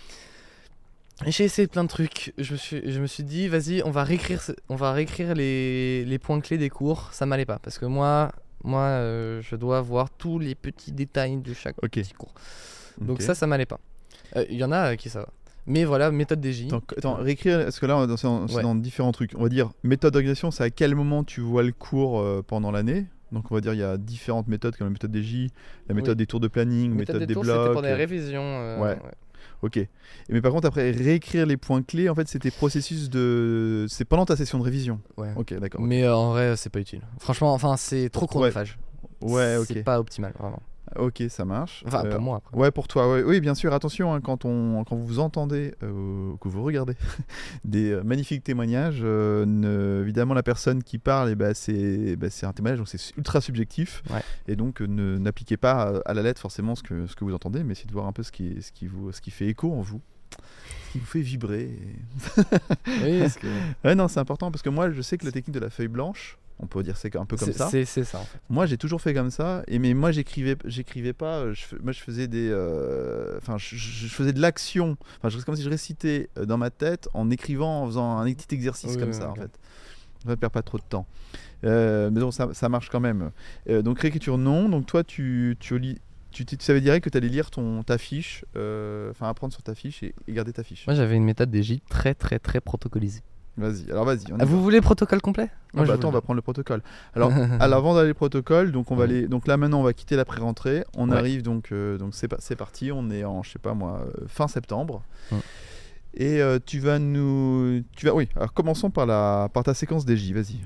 Et j'ai essayé plein de trucs. Je me suis, je me suis dit, vas-y, on va réécrire, ce- on va réécrire les, les points clés des cours. Ça m'allait pas parce que moi, moi, euh, je dois voir tous les petits détails de chaque Ok. petit cours. Donc Ok. ça, ça m'allait pas. Euh, Il y en a euh, qui ça va. Mais voilà, méthode D J. Attends, attends, réécrire, parce que là, on est dans- c'est dans, c'est Ouais. dans différents trucs. On va dire méthode d'organisation, c'est à quel moment tu vois le cours euh, pendant l'année. Donc on va dire il y a différentes méthodes comme la méthode D J, la méthode Oui. des tours de planning, méthode méthode des des tours, c'était blocs. pour des révisions. euh, ouais. Ok. Et mais par contre après réécrire les points clés, en fait c'était processus de, c'est pendant ta session de révision. ouais. Ok, d'accord. Mais euh, en vrai, c'est pas utile. Franchement, enfin, c'est trop Ouais. chronophage. Ouais, ok. C'est pas optimal, vraiment. Ok, ça marche. Enfin, Euh, pour moi après. Ouais, pour toi, ouais. Oui, bien sûr. Attention, hein, quand, on, quand vous entendez, euh, que vous regardez des euh, magnifiques témoignages, euh, ne- évidemment, la personne qui parle, eh ben, c'est bah, c'est un témoignage, donc c'est ultra subjectif. Ouais. Et donc, euh, ne- n'appliquez pas à, à la lettre forcément ce que, ce que vous entendez, mais essayez de voir un peu ce qui, ce qui, vous, ce qui fait écho en vous, ce qui vous fait vibrer. et- Oui, parce que Ouais, non, c'est important parce que moi, je sais que la technique de la feuille blanche, on peut dire c'est un peu comme c'est ça. c'est- c'est ça en fait. Moi, j'ai toujours fait comme ça. Et mais moi, j'écrivais, j'écrivais pas. euh, Je, fais- moi, je faisais des, euh, enfin, je, je- je faisais de l'action. Enfin, je- c'est comme si je récitais euh, dans ma tête en écrivant, en faisant un petit exercice Oui, comme oui, ça, ok. en fait. Ça ne perd pas trop de temps. Euh, mais donc, ça, ça marche quand même. Euh, donc, réécriture non. Donc, toi, tu, tu lis. Tu, tu savais direct que tu allais lire ton, ta fiche, euh, enfin apprendre sur ta fiche et, et garder ta fiche. Moi, j'avais une méthode D J très, très, très protocolisée. Vas-y, alors vas-y. on y Ah, va. vous voulez le protocole complet? Ah Moi, bah je attends, on vous va prendre le protocole. Alors, alors avant d'aller au protocole, donc on va Ouais. aller. Donc là maintenant, on va quitter la pré-rentrée. On Ouais. arrive donc, euh, donc c'est, pa- c'est parti. On est en, je sais pas moi, euh, fin septembre. Ouais. Et euh, tu vas nous, tu vas, oui. Alors commençons par la, par ta séquence D J. Vas-y.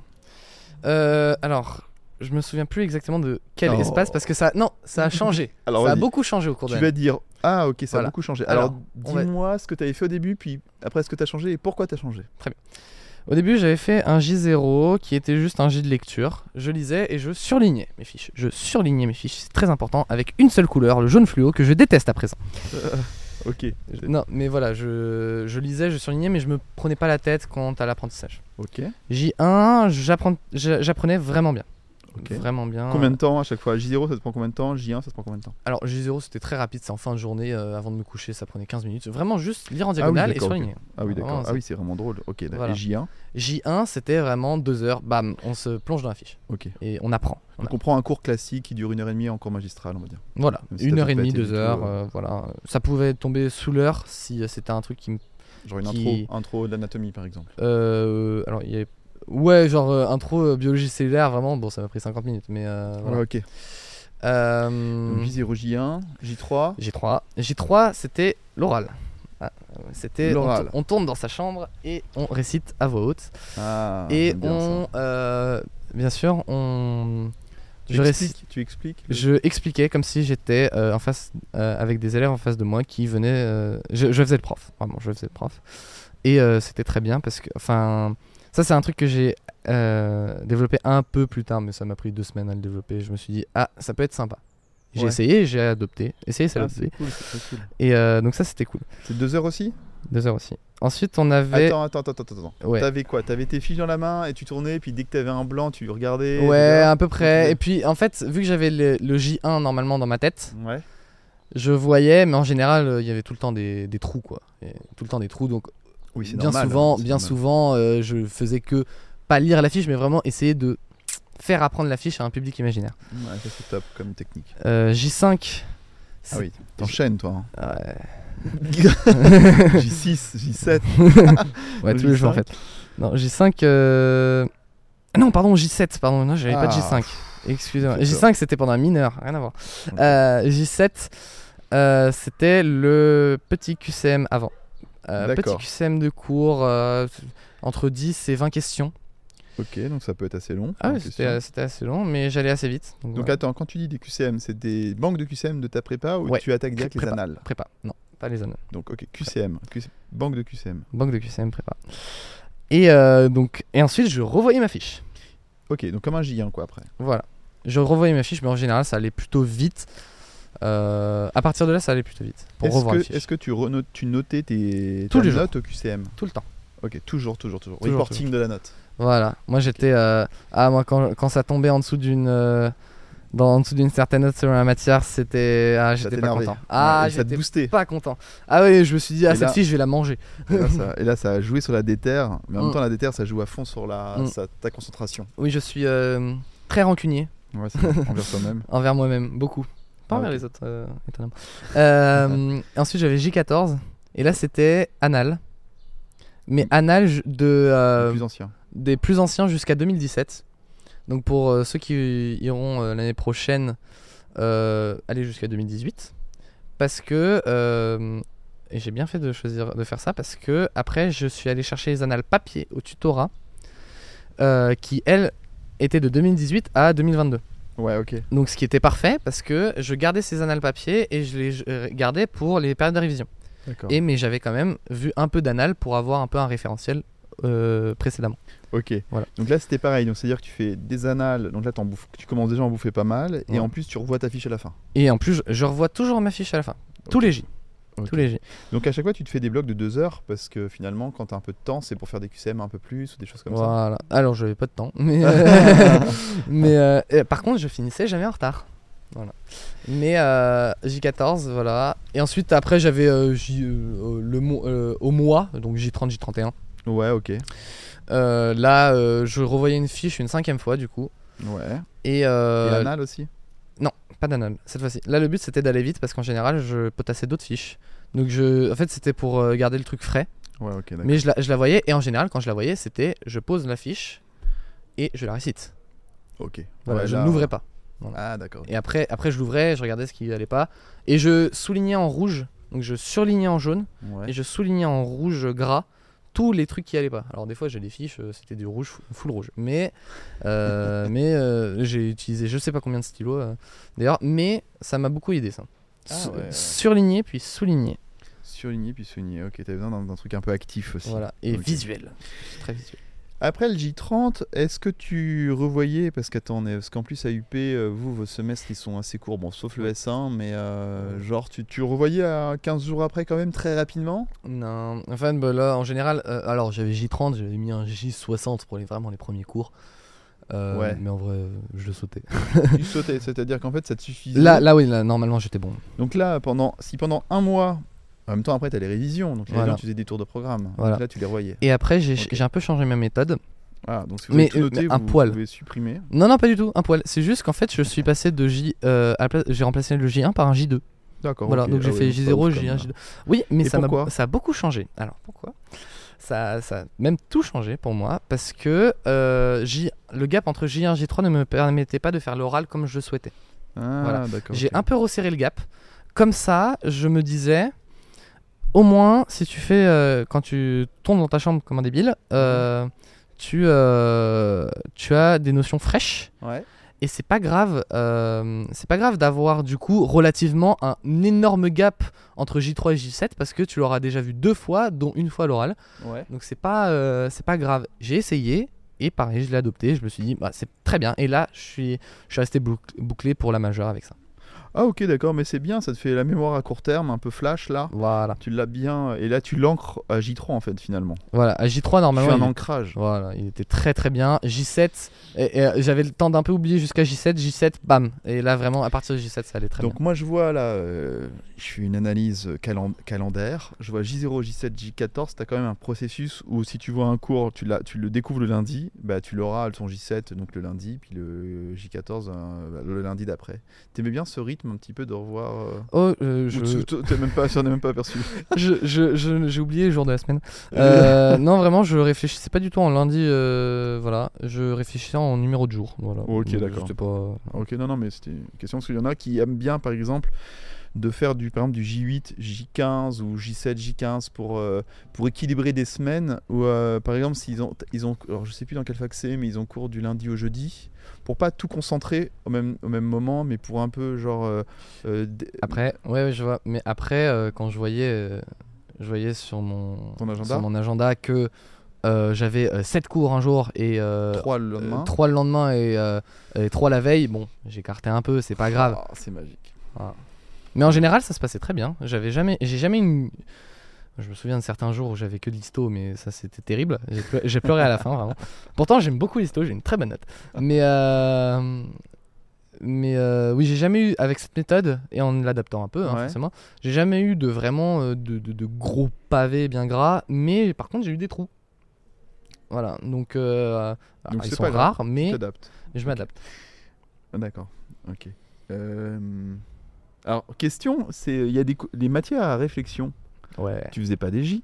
Euh, alors, je me souviens plus exactement de quel Oh. espace parce que ça, non, ça a changé. Alors, ça a vas-y. beaucoup changé au cours de Tu l'année. vas dire, ah ok, ça Voilà. a beaucoup changé. Alors, Alors, on va- dis-moi ce que tu avais fait au début, puis après ce que tu as changé et pourquoi tu as changé. Au début, j'avais fait un J zéro qui était juste un J de lecture. Je lisais et je surlignais mes fiches. Je surlignais mes fiches, c'est très important, avec une seule couleur, le jaune fluo, que je déteste à présent. Ok. Je- Non, mais voilà, je, je lisais, je surlignais, mais je me prenais pas la tête quant à l'apprentissage. Ok. J un, j'apprends- j'a- j'apprenais vraiment bien. Ok. Vraiment bien. Combien de temps à chaque fois? J zéro, ça te prend combien de temps? J un, ça te prend combien de temps? Alors, J zéro, c'était très rapide, c'est en fin de journée, euh, avant de me coucher, ça prenait quinze minutes. Vraiment juste lire en diagonale et d'accord, ok. surligner. Ah oui, Vraiment, d'accord. Ah c'est- oui, c'est vraiment drôle. Ok. d'accord. Voilà. Et J un. J un, c'était vraiment deux heures, bam, on se plonge dans la fiche. Ok. Et on apprend. On Donc on prend un cours classique qui dure une heure et demie en cours magistral, on va dire. Voilà, Même si une t'as heure et pas demie, été deux du tout, heures, euh, euh, voilà. Ça pouvait tomber sous l'heure si euh, c'était un truc qui me. Genre une Qui- intro, intro d'anatomie par exemple. Euh, alors, il y avait. Ouais, genre euh, intro euh, biologie cellulaire, vraiment, bon, ça m'a pris cinquante minutes, mais. Euh, voilà. Ouais, ok. Euh, Donc J zéro, J un, J trois. J trois. J trois, c'était l'oral. Ah, euh, c'était. on L'oral. tour- On, tourne dans sa chambre et on récite à voix haute. Ah, et j'aime bien on. ça. euh, bien sûr, on. Tu je expliques, récite. tu expliques. Je expliquais comme si j'étais euh, en face euh, avec des élèves en face de moi qui venaient. euh, je, je faisais le prof, vraiment, je faisais le prof. Et euh, c'était très bien parce que, enfin, ça c'est un truc que j'ai euh, développé un peu plus tard, mais ça m'a pris deux semaines à le développer. Je me suis dit, ah, ça peut être sympa. J'ai Ouais. essayé, j'ai adopté. Essayé, c'est Ah, adopté. c'est cool, c'est très cool. Et euh, donc ça c'était cool. C'est deux heures aussi? Deux heures aussi. Ensuite on avait. Attends, attends, attends, attends, attends. Ouais. T'avais quoi? T'avais tes fiches dans la main et tu tournais, puis dès que t'avais un blanc, tu regardais. Ouais, et cetera. à peu près. Ok. Et puis en fait, vu que j'avais le, le J un normalement dans ma tête, Ouais. je voyais, mais en général, euh, il y avait tout le temps des, des trous, quoi. Et tout le temps des trous. Donc, Oui, c'est bien normal, souvent, hein, c'est bien normal. souvent euh, je faisais que pas lire la fiche, mais vraiment essayer de faire apprendre la fiche à un public imaginaire. Ouais, ça c'est top comme technique. Euh, J cinq. Ah oui, t'enchaînes toi. Hein. Ouais, J six, J sept. ouais Le tous les jours en J cinq. fait. Non, J cinq. Euh... Non, pardon, J sept. Pardon, non, j'avais pas de Ah, J cinq. Excusez-moi. fait J cinq, c'était pendant un mineur, rien à voir. Ok. Euh, J sept, euh, c'était le petit Q C M avant. Euh, petit D'accord. Q C M de cours, euh, entre dix et vingt questions. Ok, donc ça peut être assez long. Ah comme ouais, question. c'était c'était assez long, mais j'allais assez vite. Donc, Donc voilà. attends, quand tu dis des Q C M, c'est des banques de Q C M de ta prépa ou Ouais. tu attaques direct les Prépa. annales? Prépa, non, pas les annales. Donc ok, Q C M, Q C banque de Q C M. Banque de Q C M, prépa. Et, euh, donc, et ensuite, je revoyais ma fiche. Ok, donc comme un J un quoi après. Voilà. Je revoyais ma fiche, mais en général, ça allait plutôt vite. Euh, à partir de là, ça allait plutôt vite. Pour Est-ce revoir que, la fiche. est-ce que tu, renotes, tu notais tes Tous ta les jours. notes au Q C M? Tout le temps. Ok, toujours, toujours, toujours. Toujours, Reporting de la note. Voilà. Moi, j'étais. euh, Ah, moi, quand, quand ça tombait en dessous d'une. euh, Dans, en dessous d'une certaine note sur la matière, c'était. Ah, Ça j'étais pas t'énervait. content. Ah, Ouais, et ça te j'étais boostait. pas content. Ah oui, je me suis dit, ah, Et cette là- fiche, je vais la manger. Et là, ça, et là, ça a joué sur la déterre, mais en même Mm. temps, la déterre, ça joue à fond sur la, Mm. sa- ta concentration. Oui, je suis euh, très rancunier Ouais, c'est vrai, envers toi-même. envers moi-même, beaucoup. Pas Ah, envers ok. les autres, euh, étonnamment. Euh, ensuite, j'avais J quatorze, et là, c'était anal. Mais anal je- de, euh, Le plus ancien. des plus anciens jusqu'à deux mille dix-sept. Donc, pour euh, ceux qui iront euh, l'année prochaine, euh, aller jusqu'à deux mille dix-huit. Parce que. euh, et j'ai bien fait de choisir de faire ça parce que après je suis allé chercher les annales papier au tutorat euh, qui elles étaient de deux mille dix-huit à deux mille vingt-deux. Ouais, ok. Donc ce qui était parfait parce que je gardais ces annales papier et je les euh, gardais pour les périodes de révision. D'accord. Et mais j'avais quand même vu un peu d'annales pour avoir un peu un référentiel euh, précédemment. Ok. Voilà. Donc là, c'était pareil. Donc c'est-à-dire que tu fais des annales. Donc là, t'en bouffes- tu commences déjà à en bouffer pas mal. Et Ouais. en plus, tu revois ta fiche à la fin. Et en plus je, je revois toujours ma fiche à la fin. Tous Ok. les J. Ok. Tous les J. Donc à chaque fois, tu te fais des blocs de deux heures parce que finalement, quand t'as un peu de temps, c'est pour faire des Q C M un peu plus ou des choses comme ça. Voilà. Alors j'avais pas de temps. Mais, euh, mais euh, euh, par contre je finissais jamais en retard. Voilà. Mais euh, J quatorze, voilà. Et ensuite après j'avais euh, J, euh, le mo- euh, au mois, donc J trente, J trente et un. Ouais, ok. Euh, là euh, je revoyais une fiche une cinquième fois du coup. Ouais. Et, euh, Et l'anal aussi. pas d'anal cette fois-ci. Là le but c'était d'aller vite parce qu'en général je potassais d'autres fiches. Donc je, en fait c'était pour euh, garder le truc frais. Ouais, ok, d'accord. Mais je la, je la voyais et en général quand je la voyais c'était je pose la fiche et je la récite. Ok. Voilà, Ouais, je là- ne l'ouvrais pas. Ah, d'accord. Et après, après je l'ouvrais, je regardais ce qui allait pas. Et je soulignais en rouge, donc je surlignais en jaune, Ouais. et je soulignais en rouge gras tous les trucs qui allaient pas. Alors des fois j'ai des fiches, euh, c'était du rouge, full rouge. Mais, euh, mais euh, j'ai utilisé je sais pas combien de stylos euh, d'ailleurs, mais ça m'a beaucoup aidé ça. Ah, Su- ouais, ouais. Surligner puis souligner. Surligné puis souligné. Ok, t'as besoin d'un d'un truc un peu actif aussi. Voilà. Et Ok. visuel. Très visuel. Après le J trente, est-ce que tu revoyais, parce qu'attends, on est- parce qu'en plus à U P, euh, vous, vos semestres ils sont assez courts, bon, sauf le S un, mais euh, genre tu, tu revoyais à quinze jours après quand même très rapidement? Non, enfin bah, là en général, euh, alors j'avais J trente, j'avais mis un J soixante pour les, vraiment les premiers cours. Euh, Ouais. Mais en vrai, euh, je le sautais. Tu sautais, c'est-à-dire qu'en fait ça te suffisait. Là, là oui, là, normalement j'étais bon. Donc là, pendant, si pendant un mois, en même temps après t'as les révisions, donc les Voilà. révisions, tu faisais des tours de programme, Voilà. donc là tu les revoyais. Et après, j'ai Ok. j'ai un peu changé ma méthode. Ah, donc si vous Mais, avez tout euh, noté, mais un vous, poil. vous pouvez supprimer. Non, non, pas du tout, un poil. C'est juste qu'en fait, je suis passé de J. Euh, à la place- j'ai remplacé le J un par un J deux. D'accord. Voilà, ok. donc j'ai Ah ouais, fait donc J pas zéro, ouf, J un, comme, J deux. Oui, mais Et ça, m'a, pourquoi ça a beaucoup changé. Alors pourquoi ça, ça a même tout changé pour moi parce que euh, J, le gap entre J un et J trois ne me permettait pas de faire l'oral comme je souhaitais. Ah, Voilà. d'accord. J'ai ok. un peu resserré le gap. Comme ça, je me disais, au moins, si tu fais, euh, quand tu tombes dans ta chambre comme un débile, euh, tu, euh, tu as des notions fraîches. Ouais. Et c'est pas grave, euh, c'est pas grave d'avoir du coup relativement un énorme gap entre J trois et J sept parce que tu l'auras déjà vu deux fois, dont une fois à l'oral. Ouais. Donc c'est pas, euh, c'est pas grave. J'ai essayé et pareil, je l'ai adopté. Je me suis dit, bah, c'est très bien. Et là, je suis, je suis resté bouc- bouclé pour la majeure avec ça. Ah ok, d'accord, mais c'est bien, ça te fait la mémoire à court terme, un peu flash là. Voilà. Tu l'as bien, et là tu l'ancres à J trois en fait finalement. Voilà, à J trois normalement. Tu fais un il... ancrage. Voilà, il était très très bien. J sept, et, et, j'avais le temps d'un peu oublier jusqu'à J sept, J sept, bam. Et là vraiment, à partir de J sept, ça allait très Donc bien. Donc moi je vois là, euh, je fais une analyse calen- calendaire, je vois J zéro, J sept, J quatorze, tu as quand même un processus où si tu vois un cours, tu, tu le découvres le lundi, bah, tu l'auras ton J sept donc le lundi, puis le J quatorze euh, le lundi d'après. T'aimais bien ce rythme un petit peu de revoir euh... Oh, euh, je... T'es même pas, t'en es même pas aperçu. je, je, je, j'ai oublié le jour de la semaine. Euh, non, vraiment, je réfléchissais pas du tout en lundi, euh, voilà. Je réfléchissais en numéro de jour, voilà. Oh, ok, donc, d'accord. C'était pas... Ok, non, non, mais c'était une question parce qu'il y en a qui aiment bien, par exemple, de faire du, par exemple, du J huit, J quinze ou J sept, J quinze pour, euh, pour équilibrer des semaines où, euh, par exemple, s'ils ont, ils ont, alors je sais plus dans quel fac c'est, mais ils ont cours du lundi au jeudi, pour pas tout concentrer au même, au même moment, mais pour un peu genre... Euh, euh, d- Après, ouais, ouais, je vois. Mais après, euh, quand je voyais, euh, je voyais sur mon, Ton agenda sur mon agenda que euh, j'avais euh, sept cours un jour et euh, trois le lendemain. trois le lendemain et, euh, et trois la veille, bon, j'écartais un peu, c'est pas grave. Ah, c'est magique. Voilà. Mais en général, ça se passait très bien. J'avais jamais, j'ai jamais une... Je me souviens de certains jours où j'avais que de l'histo, mais ça c'était terrible. J'ai, pleu- j'ai pleuré à la fin, vraiment. Pourtant, j'aime beaucoup l'histo, j'ai une très bonne note. Mais, euh... mais euh, oui, j'ai jamais eu, avec cette méthode, et en l'adaptant un peu, hein, Ouais. forcément, j'ai jamais eu de vraiment euh, de, de, de gros pavés bien gras, mais par contre, j'ai eu des trous. Voilà, donc, euh, Donc alors, ils c'est sont pas grave, rares, mais Tu t'adaptes. je m'adapte. Ah, d'accord, ok. Euh, Alors, question, c'est il y a des, co- des matières à réflexion. Ouais. Tu faisais pas des J.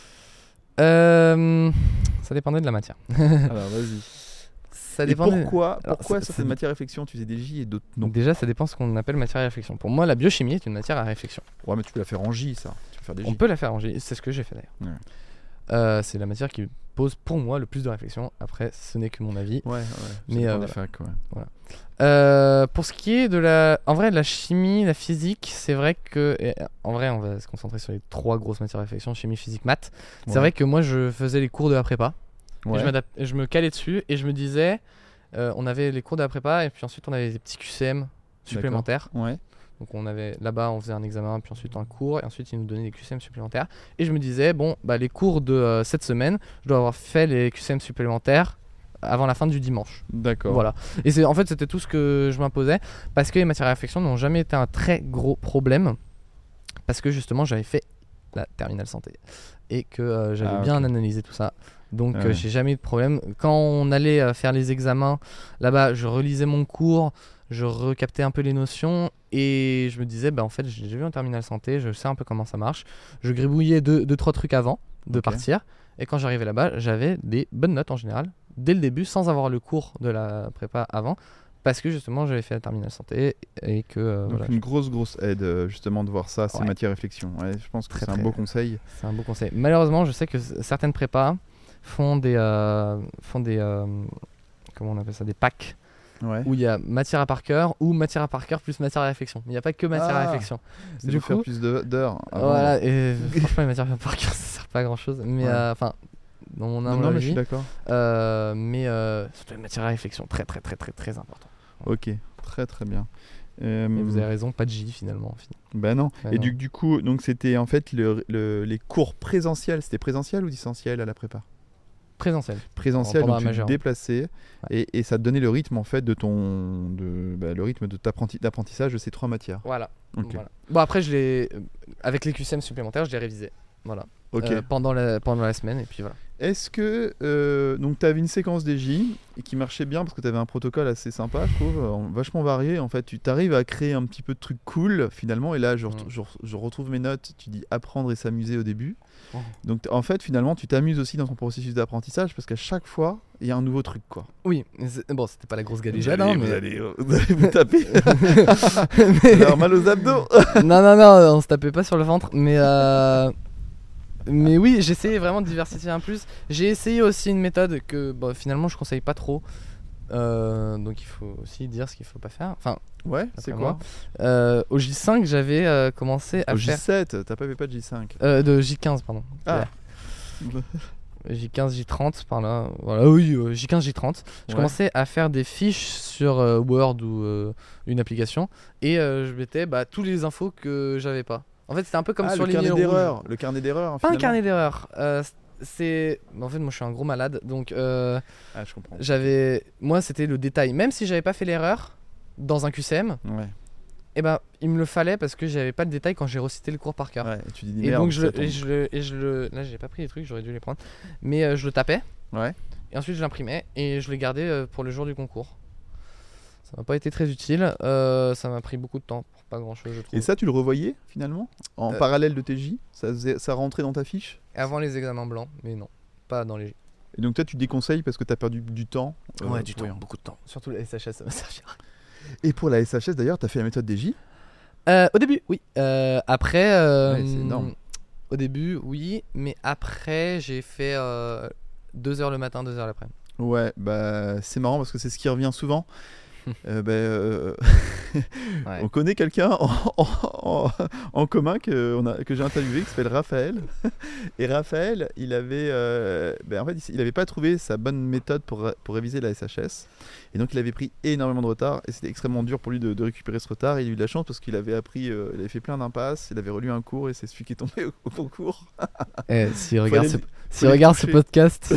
Euh, ça dépendait de la matière. Alors, vas-y. Ça Et dépendait. pourquoi, Alors, pourquoi ça- certaines ça- matières à réflexion, tu faisais des J et d'autres non? Donc déjà, ça dépend ce qu'on appelle matière à réflexion. Pour moi, la biochimie est une matière à réflexion. Ouais, mais tu peux la faire en J, ça. Tu peux faire des On J. peut la faire en J, c'est ce que j'ai fait d'ailleurs. Ouais. Euh, c'est la matière qui pose pour moi le plus de réflexion. Après, ce n'est que mon avis. Ouais, ouais. Mais, Mais euh, euh, voilà. fac, ouais. Euh, pour ce qui est de la, en vrai, de la chimie, la physique, c'est vrai que, et, en vrai, on va se concentrer sur les trois grosses matières à réflexion, chimie, physique, maths. C'est Ouais. vrai que moi, je faisais les cours de la prépa. Et Ouais. je, m'adap- et je me calais dessus et je me disais, euh, on avait les cours de la prépa et puis ensuite on avait des petits Q C M supplémentaires. Ouais. Donc on avait là-bas, on faisait un examen, puis ensuite un cours, et ensuite ils nous donnaient des Q C M supplémentaires. Et je me disais, bon, bah, les cours de euh, cette semaine, je dois avoir fait les Q C M supplémentaires avant la fin du dimanche. D'accord. Voilà. Et c'est, en fait, c'était tout ce que je m'imposais, parce que les matières à réflexion n'ont jamais été un très gros problème, parce que justement j'avais fait la terminale santé, et que euh, j'avais Ah, bien ok. analysé tout ça. Donc Ah euh, ouais. j'ai jamais eu de problème. Quand on allait euh, faire les examens, là-bas, je relisais mon cours, je recaptais un peu les notions et je me disais, bah en fait, j'ai vu en terminale santé, je sais un peu comment ça marche. Je gribouillais deux, deux trois trucs avant de Ok. partir. Et quand j'arrivais là-bas, j'avais des bonnes notes en général, dès le début, sans avoir le cours de la prépa avant, parce que justement, j'avais fait la terminale santé et que euh, Donc voilà, une grosse grosse aide euh, justement de voir ça, ces Ouais. matières à réflexion. Ouais, je pense que Très, c'est un très- beau conseil. c'est un beau conseil. Malheureusement, je sais que c- certaines prépas font des, euh, font des, euh, comment on appelle ça, des packs Ouais. où il y a matière à par cœur ou matière à par cœur plus matière à réflexion. Il n'y a pas que matière à Ah. réflexion. C'est Du de faire coup, plus de- d'heures. avant. voilà, et franchement, les matières à par cœur, ça sert pas à grand chose. Mais Ouais. euh, enfin, dans mon Non, humble non, mais je suis avis, d'accord. euh, mais euh, surtout les matières à réflexion, très très très très très important. Ok, très très bien. Euh, Et vous avez raison, pas de J finalement. Bah non. Bah Et non. du, du coup, donc c'était en fait le, le- les cours présentiels. C'était présentiel ou distanciel à la prépa? Présentiel. Présentiel, Pendant donc la tu te majeure. déplaçais et, et ça te donnait le rythme en fait de ton, de, bah, le rythme de t'apprenti- d'apprentissage de ces trois matières. Voilà. Ok. Voilà. Bon après, je l'ai euh, avec les Q C M supplémentaires, je les révisais. Voilà. Ok. Euh, pendant la pendant la semaine et puis voilà. Est-ce que euh, donc tu avais une séquence des J et qui marchait bien parce que tu avais un protocole assez sympa, je trouve, euh, vachement varié. En fait, tu t'arrives à créer un petit peu de trucs cool finalement. Et là, je, ret- Mm. je re- je retrouve mes notes. Tu dis apprendre et s'amuser au début. Oh. Donc t- en fait, finalement, tu t'amuses aussi dans ton processus d'apprentissage parce qu'à chaque fois, il y a un nouveau truc quoi. Oui. mais c'est- Bon, c'était pas la grosse Vous galéjade, allez, hein, vous, mais... allez, euh, vous allez vous taper. Mais- Alors mal aux abdos. non, non, non, on se tapait pas sur le ventre, mais euh... mais oui, j'essayais vraiment de diversifier un plus. J'ai essayé aussi une méthode que bon, finalement je conseille pas trop. Euh, donc il faut aussi dire ce qu'il faut pas faire. Enfin, Ouais, c'est Après quoi moi. euh, au J cinq, j'avais euh, commencé à Au faire J sept, t'as pas fait pas de J cinq. euh, de J quinze, pardon. Ah. Ouais. J quinze, J trente par là. Voilà, oui, euh, J quinze, J trente. Je Ouais. commençais à faire des fiches sur euh, Word ou euh, une application et euh, je mettais bah, tous les infos que j'avais pas. En fait, c'était un peu comme ah, sur le les carnet lignes rouges. d'erreurs. Le carnet d'erreurs. Pas un finalement. carnet d'erreurs. euh, c'est en fait moi je suis un gros malade donc euh, Ah, je comprends. j'avais moi c'était le détail même si j'avais pas fait l'erreur dans un Q C M Ouais. et ben il me le fallait parce que j'avais pas le détail quand j'ai recité le cours par cœur. Ouais. Et tu dis Et merde, donc je ça le, tombe. et je le et je le là j'ai pas pris les trucs, j'aurais dû les prendre. Mais euh, je le tapais Ouais. et ensuite je l'imprimais et je les gardais euh, pour le jour du concours. Ça m'a pas été très utile, euh, ça m'a pris beaucoup de temps pour pas grand chose je trouve. Et ça, tu le revoyais finalement en Euh. parallèle de tes J. Ça, faisait- ça rentrait dans ta fiche. Avant les examens blancs, mais non, pas dans les. Et donc toi, tu déconseilles parce que t'as perdu du temps. euh, Ouais, du pour temps, rien. beaucoup de temps. Surtout la S H S, ça m'a servi. Et pour la S H S d'ailleurs, t'as fait la méthode des J. Euh, au début, oui. Euh, après, euh, Ouais, c'est énorme. Au début, oui, mais après, j'ai fait deux heures le matin, deux heures l'après-midi. Ouais, bah c'est marrant parce que c'est ce qui revient souvent. Euh, bah, euh, Ouais. On connaît quelqu'un en, en- en- en commun que, on a, que j'ai interviewé qui s'appelle Raphaël. Et Raphaël, il avait, euh, bah, en fait, il n'avait pas trouvé sa bonne méthode pour, pour réviser la S H S. Et donc il avait pris énormément de retard et c'était extrêmement dur pour lui de, de récupérer ce retard. Et il a eu de la chance parce qu'il avait appris, euh, il avait fait plein d'impasses, il avait relu un cours et c'est celui qui est tombé au, au concours. Eh, s'il regarde, aller- ce, faut s'il aller regarde ce toucher. podcast.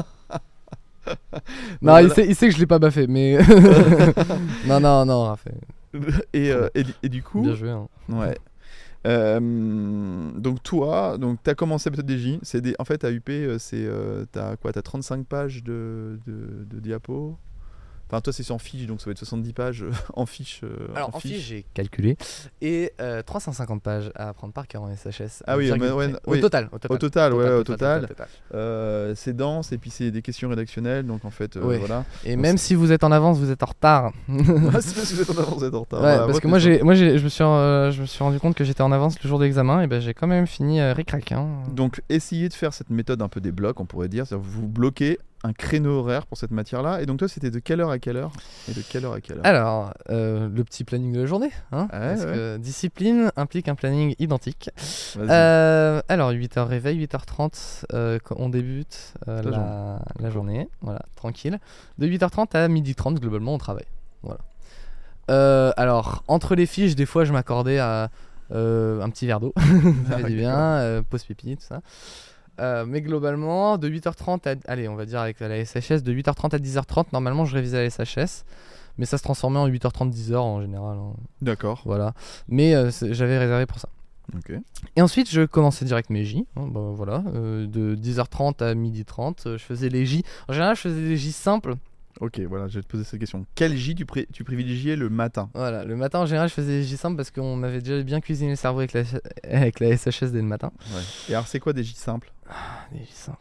non, Bon, il, voilà. sait, il sait que je l'ai pas baffé, mais. non, non, non, Raphaël. Et, euh, et, du- et du coup, Bien joué. Hein. ouais. Euh, donc toi, donc t'as commencé la méthode des J. C'est des, en fait à U P, euh, c'est euh, t'as quoi, t'as trente-cinq pages de, de, de diapos. Enfin toi c'est en fiche, donc ça va être soixante-dix pages euh, en fiche. euh, Alors, en fiche, j'ai calculé. Et euh, trois cent cinquante pages à apprendre par cœur en S H S. Ah oui, virgule mais ouais, près. oui. Au total. Au total, Au total, ouais, au total, total. total. Euh, c'est dense et puis c'est des questions rédactionnelles, donc en fait euh, Ouais. voilà. Et Donc, même si vous êtes en avance, vous êtes en retard. Ah, c'est parce que vous êtes en avance, vous êtes en retard. Ouais, Voilà, parce votre que moi, leçon. j'ai, moi j'ai, je, me suis, euh, je me suis rendu compte que j'étais en avance le jour de l'examen, et ben j'ai quand même fini euh, ric-rac. Hein. Donc essayez de faire cette méthode un peu des blocs, on pourrait dire. C'est-à-dire vous bloquez un créneau horaire pour cette matière-là. Et donc toi, c'était de quelle heure à quelle heure et de quelle heure à quelle heure Alors, euh, le petit planning de la journée. Hein, Ouais, parce ouais. que discipline implique un planning identique. Vas-y. Euh, alors, huit heures réveil, huit heures trente, euh, quand on débute euh, La la, journée. la journée. Voilà, tranquille. De huit heures trente à midi trente, globalement, on travaille. Voilà. Euh, alors, entre les fiches, des fois, je m'accordais à euh, un petit verre d'eau. Ça fait du bien, euh, pause pipi, tout ça. Euh, mais globalement, de huit heures trente à. Allez, on va dire avec la S H S, de huit heures trente à dix heures trente, normalement, je révisais la S H S. Mais ça se transformait en huit heures trente, dix heures en général. Hein. D'accord. Voilà. Mais euh, c'est- j'avais réservé pour ça. Ok. Et ensuite, je commençais direct mes J. Hein, bah, voilà. Euh, de dix heures trente à midi trente, euh, je faisais les J. En général, je faisais des J simples. Ok, voilà, je vais te poser cette question. Quel J tu, pré- tu privilégiais le matin? Voilà. Le matin, en général, je faisais des J simples parce qu'on m'avait déjà bien cuisiné le cerveau avec la, avec la S H S dès le matin. Ouais. Et alors, c'est quoi des J simples? Ah, des J simples.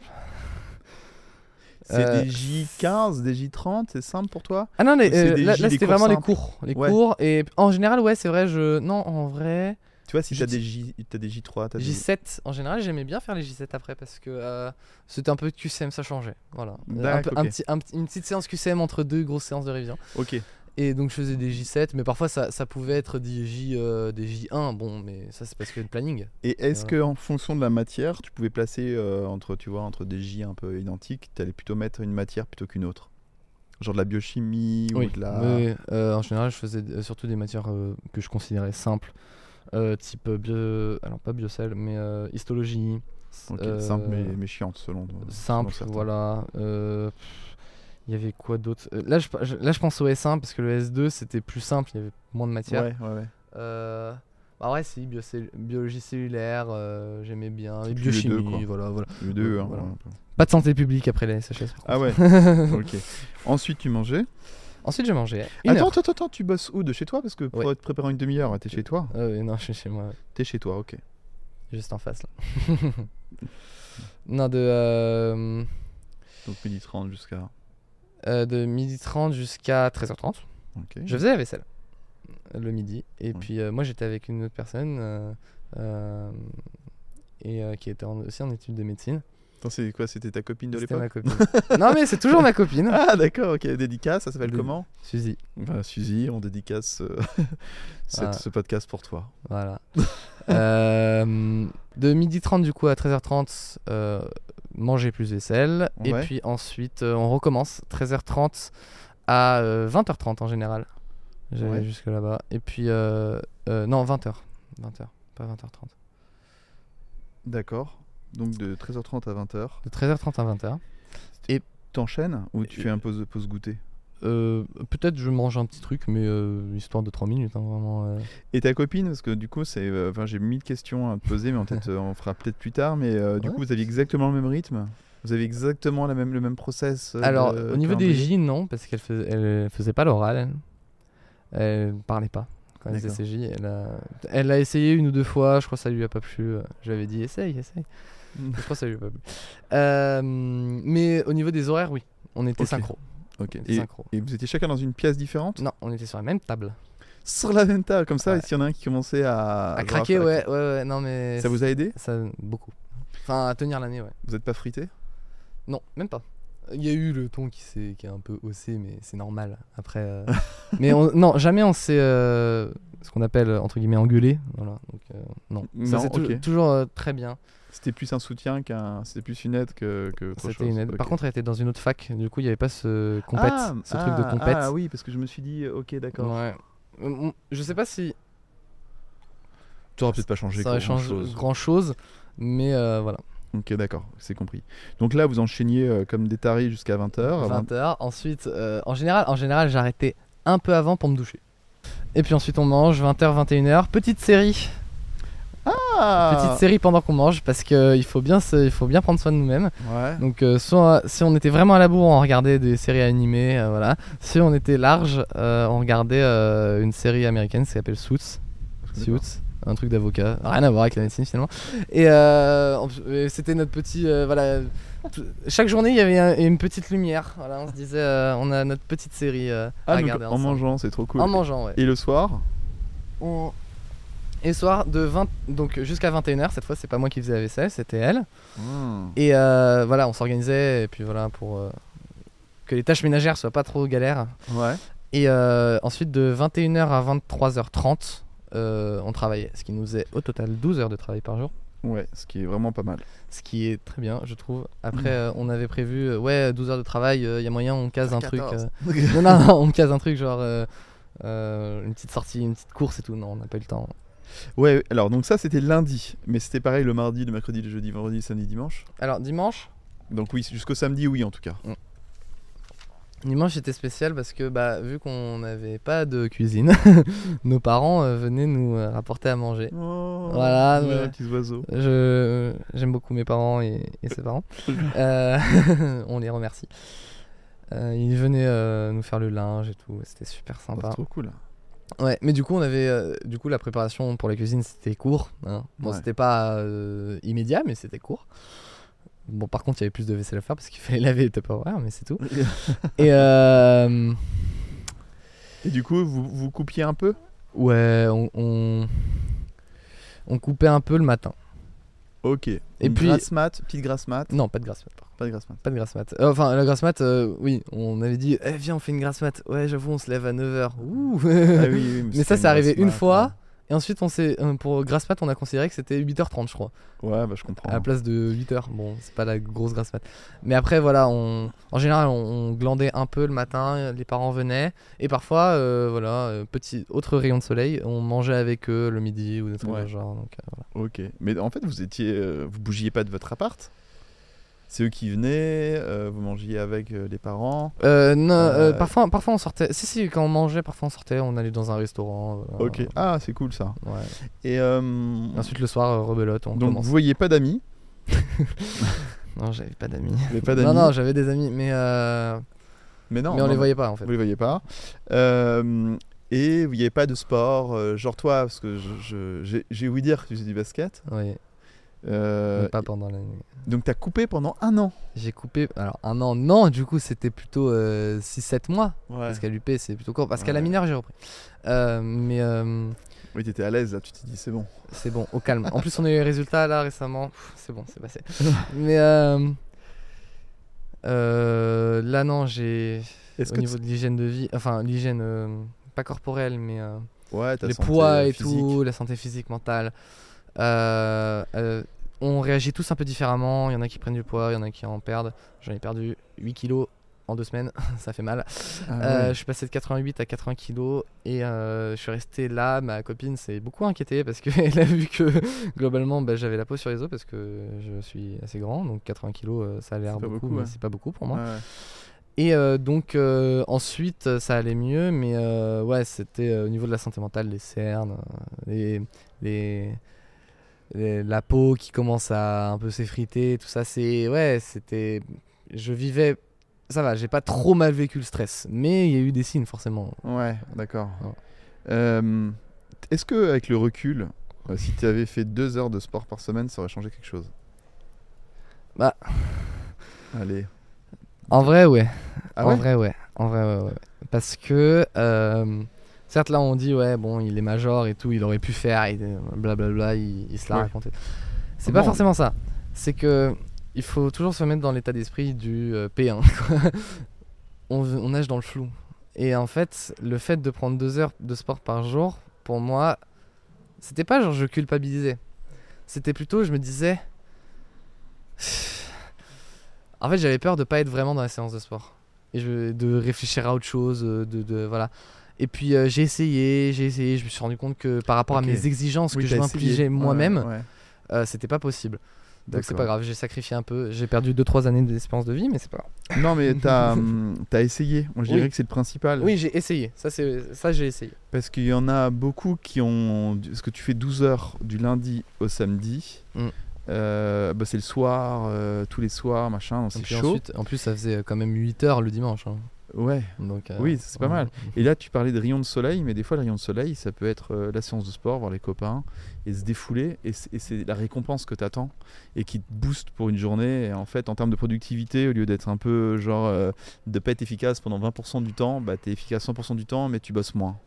C'est Euh, des J quinze, des J trente, c'est simple pour toi? Ah non, les, Ou c'est euh, des là, J, là, des c'était cours vraiment les simples? cours. Les Ouais. cours. Et en général, ouais, c'est vrai, je. Non, en vrai. Tu vois, si Je t'as des, dis- J, t'as des J trois, t'as des... J sept, en général, j'aimais bien faire les J sept après parce que euh, c'était un peu de Q C M, ça changeait. Voilà. Euh, un D'accord, peu- un ok. petit, un petit- une petite séance Q C M entre deux grosses séances de révision. Ok. Et donc je faisais des J sept, mais parfois ça, ça pouvait être des J, euh, des J un, bon, mais ça c'est parce que le planning. Et est-ce Ouais. que en fonction de la matière, tu pouvais placer euh, entre, tu vois, entre des J un peu identiques, t'allais plutôt mettre une matière plutôt qu'une autre? Genre de la biochimie ou de la... Oui, euh, en général, je faisais euh, surtout des matières euh, que je considérais simples, euh, type bio, alors pas biocell, mais euh, histologie. Ok, euh, simple mais, mais chiante selon selon Simple, certains. voilà. Euh, pff, Il y avait quoi d'autre? Euh, là, je, je- là, je pense au S un parce que le S deux c'était plus simple, il y avait moins de matière. Ouais, ouais, ouais. Euh, bah ouais, si, biocell- biologie cellulaire, euh, j'aimais bien. Et Puis les deux, biochimie, quoi. voilà, voilà. Le deux, Ouais, hein, voilà. ouais, un peu. Pas de santé publique après la S H S. par Ah contre. ouais, ok. Ensuite, tu mangeais. Ensuite, j'ai mangé. Une Attends, heure. attends, attends, tu bosses où? De chez toi? Parce que pour Ouais. te préparer une demi-heure, t'es chez toi? Ah ouais, non, je suis chez moi, ouais. T'es chez toi, ok. Juste en face là. non, de, euh, Donc midi trente jusqu'à... euh, de midi trente jusqu'à treize heures trente. Ok. Je faisais la vaisselle euh, le midi. Et Oui. puis euh, moi j'étais avec une autre personne euh, euh, et euh, qui était en- aussi en études de médecine. Attends, c'est quoi? C'était ta copine de C'était l'époque? ma copine. Non mais c'est toujours ma copine. Ah d'accord, ok. Dédicace, ça s'appelle Dé- comment? Suzy. Bah, Suzy, on dédicace euh, cette- Ah. ce podcast pour toi. Voilà. Euh, de midi trente du coup à treize heures trente, euh, manger plus vaisselle. Ouais. Et puis ensuite, euh, on recommence treize heures trente à euh, vingt heures trente en général. J'allais Ouais. jusque là-bas. Et puis, euh, euh, non, vingt heures. vingt heures, pas vingt heures trente. D'accord. Donc de treize heures trente à vingt heures. De treize heures trente à vingt heures. T'enchaînes ou tu fais un pause, pause goûter? Euh, peut-être je mange un petit truc, mais euh, histoire de trois minutes, hein, vraiment. euh. Et ta copine, parce que du coup, c'est, euh, enfin, j'ai mille questions à te poser, mais en fait, euh, on fera peut-être plus tard. Mais euh, du Ouais. coup, vous aviez exactement le même rythme? Vous avez exactement la même, le même process euh, Alors, de au niveau des calendrier? J, non, parce qu'elle fais- elle faisait pas l'oral. Elle. Elle parlait pas quand elle faisait D'accord. ses J. Elle a... elle a essayé une ou deux fois, je crois que ça lui a pas plu. Je lui avais dit essaye, essaye. Je crois que ça lui a pas plu. Euh, mais au niveau des horaires, oui, on était Ok. synchro. Ok. On était Et, synchro. et vous étiez chacun dans une pièce différente? Non, on était sur la même table. Sur la même table, comme ça, Ouais. et s'il y en a un qui commençait à... À craquer, ouais, ouais, ouais, non mais. Ça vous a aidé? Ça, beaucoup. Enfin, à tenir l'année, ouais. Vous n'êtes pas frité? Non, même pas. Il y a eu le ton qui, s'est, qui est un peu haussé, mais c'est normal. Après, euh, mais on- non, jamais on s'est euh, ce qu'on appelle entre guillemets engueulé. Voilà. Donc euh, non, ça Non, c'est tou- ok. toujours euh, très bien. C'était plus un soutien qu'un... C'était plus une aide que, que autre C'était chose. une aide. Ok. Par contre, elle était dans une autre fac. Du coup, il n'y avait pas ce compète, ah, ce truc de ah, compète. Ah oui, parce que je me suis dit, euh, ok, d'accord. Ouais. Euh, Je sais pas si Tu auras peut-être pas changé ça aurait grand changé chose. grand chose, mais euh, voilà. Ok, d'accord, c'est compris. Donc là, vous enchaîniez euh, comme des tarés jusqu'à vingt heures. vingt heures. Ensuite, euh, en général, en général, j'arrêtais un peu avant pour me doucher. Et puis ensuite, on mange vingt heures, vingt et une heures. Petite série. Ah Petite série pendant qu'on mange parce qu'il faut bien se- il faut bien prendre soin de nous-mêmes. Ouais. Donc euh, soit si on était vraiment à la bourre, on regardait des séries animées, euh, voilà. Si on était large, euh, on regardait euh, une série américaine qui s'appelle Suits. Suits, un truc d'avocat, rien à voir avec la médecine finalement. Et euh, en- et c'était notre petit, euh, voilà. T- Chaque journée, il y avait un- une petite lumière. Voilà, on se disait, euh, on a notre petite série euh, à Ah, donc regarder en ensemble. mangeant, c'est trop cool. En mangeant, ouais. Et le soir? On- Et le soir de vingt, donc jusqu'à vingt et une heures, cette fois, c'est pas moi qui faisais la vaisselle, c'était elle. Hmm. Et euh, voilà, on s'organisait et puis voilà pour euh, que les tâches ménagères soient pas trop galères. Ouais. Et euh, ensuite de vingt et une heures à vingt-trois heures trente, euh, on travaillait, ce qui nous faisait au total douze heures de travail par jour, Ouais, ce qui est vraiment pas mal. ce qui est très bien, je trouve. Après, euh, on avait prévu, euh, ouais, douze heures de travail, il y a moyen, on case un truc. quatorze. euh, non, non, non, on case un truc genre euh, euh, une petite sortie, une petite course et tout. Non, on n'a pas eu le temps. Ouais, alors donc ça c'était lundi, mais c'était pareil le mardi, le mercredi, le jeudi, vendredi, samedi, dimanche. Alors dimanche, Donc oui, jusqu'au samedi, oui en tout cas. Dimanche c'était spécial parce que bah, vu qu'on n'avait pas de cuisine, nos parents euh, venaient nous euh, rapporter à manger. Oh, Voilà, ouais, mais- petits oiseaux. Je, j'aime beaucoup mes parents et, et ses parents. Euh, on les remercie. Euh, ils venaient euh, nous faire le linge et tout, c'était super Oh, c'est sympa. trop cool. Ouais, mais du coup on avait, euh, du coup la préparation pour la cuisine c'était court. Hein. Bon, Ouais. c'était pas euh, immédiat, mais c'était court. Bon, par contre il y avait plus de vaisselle à faire parce qu'il fallait laver les Tupperware, mais c'est tout. Et euh, Et du coup, vous, vous coupiez un peu? ouais, on, on, on coupait un peu le matin. Ok. Et Une puis- grasse mat, petite grasse mat. Non, pas de grasse mat. par contre. Pas de grasse mat. Pas de grasse mat. Euh, enfin, la grasse mat, euh, oui, on avait dit, eh, viens, on fait une grasse mat. Ouais, j'avoue, on se lève à neuf heures. Ouh. Ah oui, oui, Mais c'est ça, une c'est arrivé grasse une mat, fois. Et ensuite, on s'est, euh, pour grasse mat, on a considéré que c'était huit heures trente, je crois. Ouais, ouais bah je comprends. À la place de huit heures. Bon, c'est pas la grosse grasse mat. Mais après, voilà, on, en général, on, on glandait un peu le matin. Les parents venaient. Et parfois, euh, voilà, euh, petit autre rayon de soleil, on mangeait avec eux le midi ou des trucs Ouais. de genre. Donc, euh, voilà. Ok. Mais en fait, vous étiez, euh, vous bougiez pas de votre appart? C'est eux qui venaient, euh, vous mangiez avec euh, les parents. Euh, non, euh, Euh, parfois, parfois, on sortait. Si, si, quand on mangeait, parfois on sortait, on allait dans un restaurant. voilà. Ok. Ah, c'est cool ça. Ouais. Et euh, Ensuite, le soir, euh, rebelote, on donc commence. vous voyez pas d'amis? Non, j'avais pas d'amis. Vous avez pas Non, d'amis? non, j'avais des amis, mais, euh, Mais non. mais on non, les non. voyait pas en fait. Vous les voyez pas. Euh, et vous n'avez pas de sport, euh, genre toi, parce que je- je- j'ai j'ai ouï dire que tu faisais du basket. Oui, Euh, mais pas pendant la nuit. donc tu as coupé pendant un an. J'ai coupé. Alors, un an, non, du coup, c'était plutôt euh, six sept mois. Ouais. Parce qu'à l'U P, c'est plutôt court. Parce qu'à la Ouais. mineure, j'ai repris. Euh, mais euh, Oui, tu étais à l'aise là, tu t'es dit c'est bon. c'est bon, au calme. En plus, on a eu les résultats là récemment. Pff, c'est bon, c'est passé. mais euh, euh, là, non, j'ai. Est-ce Au que niveau de l'hygiène de vie, enfin, l'hygiène euh, pas corporelle, mais. euh, tu- ouais, ta les santé poids et physique. tout, la santé physique, mentale. Euh, euh, on réagit tous un peu différemment. Il y en a qui prennent du poids, il y en a qui en perdent. J'en ai perdu huit kilos en deux semaines, ça fait mal. Ah, euh, ouais. Je suis passé de quatre-vingt-huit à quatre-vingts kilos et euh, je suis resté là. Ma copine s'est beaucoup inquiétée parce qu'elle a vu que globalement bah, j'avais la peau sur les os parce que je suis assez grand. Donc quatre-vingts kilos, euh, ça a l'air C'est pas beaucoup, beaucoup, mais ouais. c'est pas beaucoup pour moi. Ouais, ouais. Et euh, donc euh, ensuite ça allait mieux, mais euh, ouais, c'était euh, au niveau de la santé mentale, les cernes, euh, les, les, les- la peau qui commence à un peu s'effriter, tout ça, c'est ouais, c'était, je vivais, ça va, j'ai pas trop mal vécu le stress, mais il y a eu des signes forcément. Ouais, d'accord. Ouais. Euh, Est-ce que avec le recul, euh, si tu avais fait deux heures de sport par semaine, ça aurait changé quelque chose? Bah, Allez. en vrai ouais, Ah en ouais vrai ouais, en vrai ouais, ouais. Parce que euh, certes là on dit ouais bon il est major et tout, il aurait pu faire, il, blablabla, il, il se l'a Ouais. raconté. C'est Ah pas non. forcément ça. C'est que il faut toujours se mettre dans l'état d'esprit du euh, P un. on, on nage dans le flou. Et en fait, le fait de prendre deux heures de sport par jour, pour moi, c'était pas genre je culpabilisais. C'était plutôt je me disais. En fait, j'avais peur de pas être vraiment dans la séance de sport. Et je, de réfléchir à autre chose, de, de voilà. Et puis euh, j'ai essayé, j'ai essayé, je me suis rendu compte que par rapport Ok. à mes exigences Oui, que t'as je essayé. m'infligeais Ouais, moi-même, ouais. euh, c'était pas possible. Donc c'est D'accord. pas grave, j'ai sacrifié un peu, j'ai perdu deux trois années d'espérance de vie, mais c'est pas grave. Non, mais t'as hum, t'as essayé. Moi, je Oui. dirais que c'est le principal. Oui, j'ai essayé, ça, c'est, ça j'ai essayé. Parce qu'il y en a beaucoup qui ont. Parce que tu fais douze heures du lundi au samedi. Mm. Euh, bah, c'est le soir, euh, tous les soirs, machin, donc Et c'est puis chaud. ensuite, en plus ça faisait quand même huit heures le dimanche. Hein. Ouais. Donc, euh, Oui, c'est pas ouais. mal. Et là, tu parlais de rayons de soleil, mais des fois, le rayon de soleil, ça peut être euh, la séance de sport, voir les copains, et se défouler, et c'est, et c'est la récompense que tu attends, et qui te booste pour une journée. Et en fait, en termes de productivité, au lieu d'être un peu genre euh, de pas être efficace pendant vingt pour cent du temps, bah, tu es efficace cent pour cent du temps, mais tu bosses moins.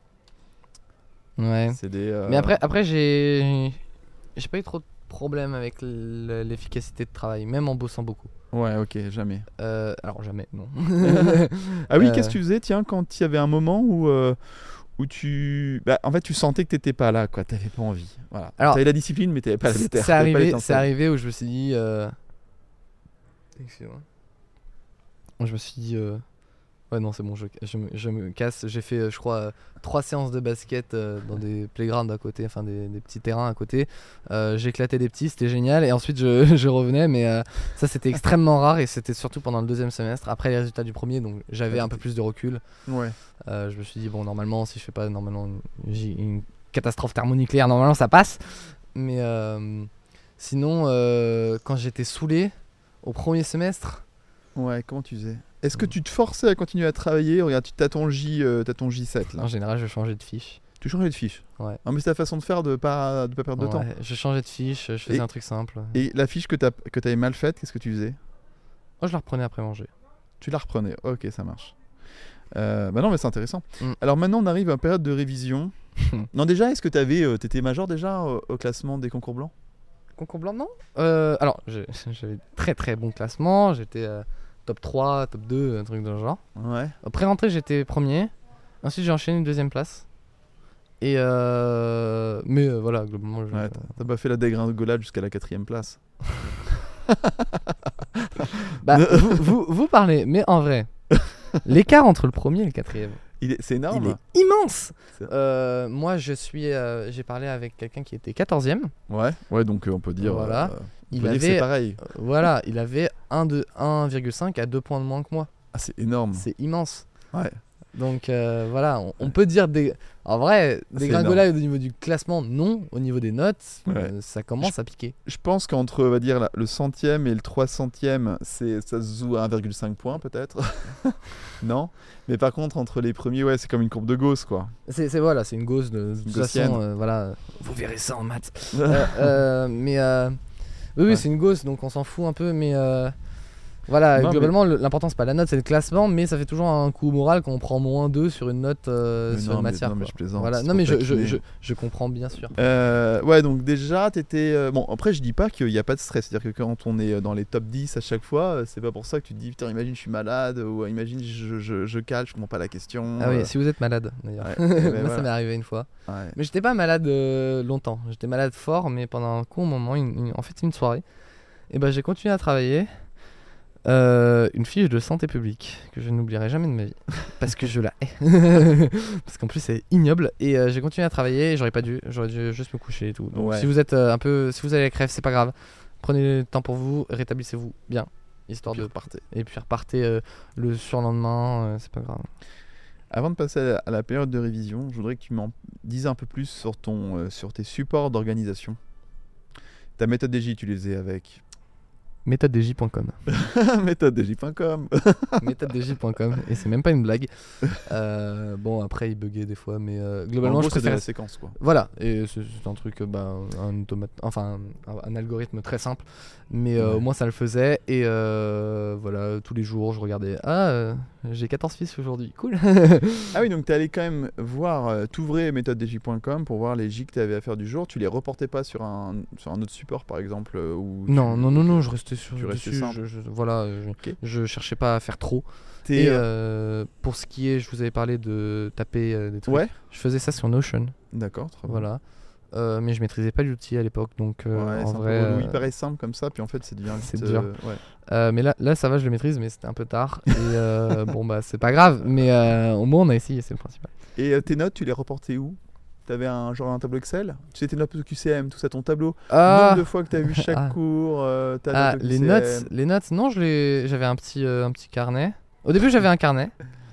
Ouais. C'est des, euh, Mais après, après j'ai, j'ai pas eu trop de problèmes avec l- l'efficacité de travail, même en bossant beaucoup. Ouais, ok, jamais. Euh, alors jamais, non. Ah oui, Euh, qu'est-ce que tu faisais, tiens, quand il y avait un moment où, euh, où tu. Bah, en fait, tu sentais que t'étais pas là, quoi. T'avais pas envie. Voilà. Alors, T'avais la discipline, mais t'avais pas la C'est terre. c'est arrivé, c'est arrivé où je me suis dit. Euh... Excusez-moi. Je me suis dit. Euh... Ouais, non, c'est bon, je, je, me, je me casse. J'ai fait, euh, je crois, euh, trois séances de basket euh, dans des playgrounds à côté, enfin des, des petits terrains à côté. Euh, J'éclatais des petits, c'était génial. Et ensuite, je, je revenais, mais euh, ça, c'était extrêmement rare et c'était surtout pendant le deuxième semestre, après les résultats du premier, donc j'avais un peu plus de recul. Ouais. Euh, je me suis dit, bon, normalement, si je fais pas normalement une, j'ai une catastrophe thermonucléaire, normalement ça passe. Mais euh, sinon, euh, quand j'étais saoulé au premier semestre, Ouais, comment tu faisais? Est-ce que tu te forçais à continuer à travailler? Regarde, tu as ton J, euh, t'as ton J sept là. en général, je changeais de fiche. Tu changeais de fiche. Ouais. Non, mais c'est ta façon de faire de pas, de pas perdre de temps. Ouais, je changeais de fiche, je faisais Et- un truc simple. Et la fiche que tu que t'avais mal faite, qu'est-ce que tu faisais? Moi, je la reprenais après manger. Tu la reprenais. Ok, ça marche. Euh, bah non, mais c'est intéressant. Mm. Alors maintenant, on arrive à une période de révision. Non, déjà, est-ce que tu avais, euh, t'étais major déjà au, au classement des concours blancs? Concours blanc, non euh, Alors, j'ai- j'avais très très bon classement. J'étais euh, top trois, top deux, un truc dans le genre. Ouais. Après rentrée, j'étais premier. Ensuite, j'ai enchaîné une deuxième place. Et euh... Mais euh, voilà, globalement, je- Ouais, t'as- t'as pas fait la dégringolade jusqu'à la quatrième place. Bah, vous, vous, vous parlez, mais en vrai, l'écart entre le premier et le quatrième, Il est, c'est énorme. il est immense. C'est- Euh, moi, je suis, euh, j'ai parlé avec quelqu'un qui était quatorzième. Ouais. Ouais, donc euh, on peut dire. Voilà. euh, on Il peut dire que c'est avait, pareil. euh, voilà, il avait un de- un virgule cinq à deux points de moins que moi. Ah, c'est énorme. C'est immense. Ouais. Donc euh, voilà, on, on peut dire des, en vrai, des C'est gringolades au niveau du classement, non. Au niveau des notes, Ouais. euh, ça commence à piquer. Je pense qu'entre, on va dire, la- le centième et le trois centième, c'est, ça se joue à un virgule cinq points peut-être. Non. Mais par contre, entre les premiers, ouais, c'est comme une courbe de Gauss, quoi. C'est c'est- voilà, c'est une gausse de, de toute Gaussienne. façon. euh, voilà, vous verrez ça en maths. Euh, euh, mais euh, oui, oui, Ouais. c'est une gausse, donc on s'en fout un peu. Mais euh, Voilà, Non, globalement, mais... l'important c'est pas la note, c'est le classement, mais ça fait toujours un coup au moral quand on prend moins deux sur une note euh, sur non, une mais, matière. Non, mais je plaisante. Voilà. Non, mais je, je, je, je comprends bien sûr. Euh, ouais, donc déjà, t'étais. Euh... Bon, après, je dis pas qu'il n'y a pas de stress. C'est-à-dire que quand on est dans les top dix à chaque fois, c'est pas pour ça que tu te dis, putain, imagine, je suis malade, ou imagine, je, je, je cale, je comprends pas la question. Ah oui, euh... si vous êtes malade, d'ailleurs. Ouais, ben Moi, voilà. ça m'est arrivé une fois. Ouais. Mais j'étais pas malade euh, longtemps. J'étais malade fort, mais pendant un court moment, une, une, en fait, une soirée. Et ben, j'ai continué à travailler. Euh, une fiche de santé publique que je n'oublierai jamais de ma vie parce que je la hais. Parce qu'en plus c'est ignoble et euh, j'ai continué à travailler et j'aurais pas dû, j'aurais dû juste me coucher et tout. Donc ouais. si vous êtes euh, un peu, si vous avez la crève, c'est pas grave. Prenez le temps pour vous, rétablissez-vous bien, histoire et puis de repartez. Et puis repartez euh, le surlendemain, euh, c'est pas grave. Avant de passer à la, à la période de révision, je voudrais que tu m'en dises un peu plus sur ton, euh, sur tes supports d'organisation. Ta méthode D J, tu les faisais avec méthode d j point com. méthode d j point com. méthode d j point com et c'est même pas une blague. Euh, bon après il buguait des fois mais euh, globalement en gros, je préfère la séquence quoi. Voilà et c'est, c'est un truc bah, un automate enfin un, un algorithme très simple mais euh, ouais. Au moins ça le faisait et euh, voilà tous les jours je regardais ah euh, j'ai quatorze fiches aujourd'hui cool. Ah oui donc t'es allé quand même voir euh, t'ouvrais méthode d j point com pour voir les J que t'avais à faire du jour, tu les reportais pas sur un, sur un autre support par exemple euh, ou non, tu, non non non je restais sur tu restais dessus simple. je, je, voilà je, okay. je cherchais pas à faire trop. T'es et euh, pour ce qui est je vous avais parlé de taper euh, des trucs ouais. Je faisais ça sur Notion. D'accord très voilà euh, mais je maîtrisais pas l'outil à l'époque donc euh, ouais, en c'est vrai un peu relou, euh, il paraît simple comme ça puis en fait c'est devient c'est vite, dur euh, ouais. euh, mais là, là ça va je le maîtrise mais c'était un peu tard et euh, bon bah c'est pas grave mais euh, au moins on a essayé c'est le principal. Et euh, tes notes tu les reportais où? T'avais un genre un tableau Excel? Tu sais tes notes de Q C M, tout ça, ton tableau. Ah Nombre de fois que t'as vu chaque ah. cours, euh, ta ah, note de les Q C M. notes, les notes, non, je les, j'avais un petit, euh, un petit carnet. Au début, j'avais un carnet.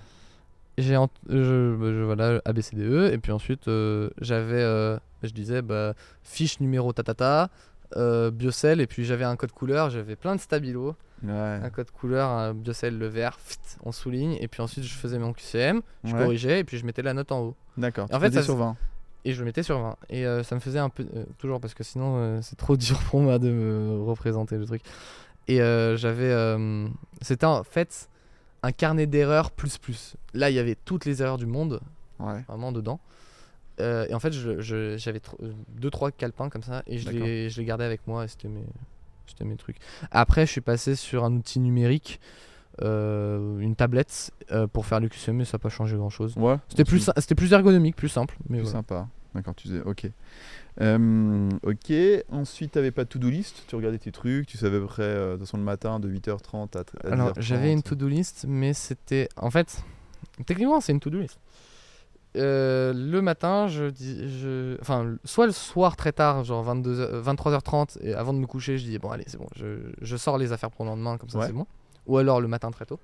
J'ai, en... je, je, voilà, A B C D E, et puis ensuite, euh, j'avais, euh, je disais, bah, fiche numéro tatata, euh, Biocell, et puis j'avais un code couleur, j'avais plein de stabilos. Ouais. Un code couleur, un Biocell, le vert, pfft, on souligne, et puis ensuite, je faisais mon Q C M, je Ouais. corrigeais, et puis je mettais la note en haut. D'accord. En fait, ça sur vingt. Et je le mettais sur vingt. Et euh, ça me faisait un peu. Euh, toujours parce que sinon, euh, c'est trop dur pour moi de me représenter le truc. Et euh, j'avais. Euh, c'était en fait un carnet d'erreurs plus plus. Là, il y avait toutes les erreurs du monde. Ouais. Vraiment dedans. Euh, et en fait, je, je, j'avais deux trois calepins comme ça. Et je les, je les gardais avec moi. Et c'était mes, c'était mes trucs. Après, je suis passé sur un outil numérique. Euh, une tablette euh, pour faire le Q C M mais ça n'a pas changé grand chose. Ouais, c'était, plus, c'était plus ergonomique, plus simple. Mais plus voilà. sympa. D'accord, tu disais, ok. Euh, ok, ensuite tu n'avais pas de to-do list, tu regardais tes trucs, tu savais à peu près, euh, de toute façon le matin de huit heures trente à, à dix heures trente. Alors j'avais une to-do list mais c'était, en fait, techniquement c'est une to-do list. Euh, le matin, je dis, je, enfin, soit le soir très tard, genre vingt-deux heures, vingt-trois heures trente, et avant de me coucher, je dis bon allez c'est bon, je, je sors les affaires pour le lendemain comme ça ouais. C'est bon. Ou alors le matin très tôt.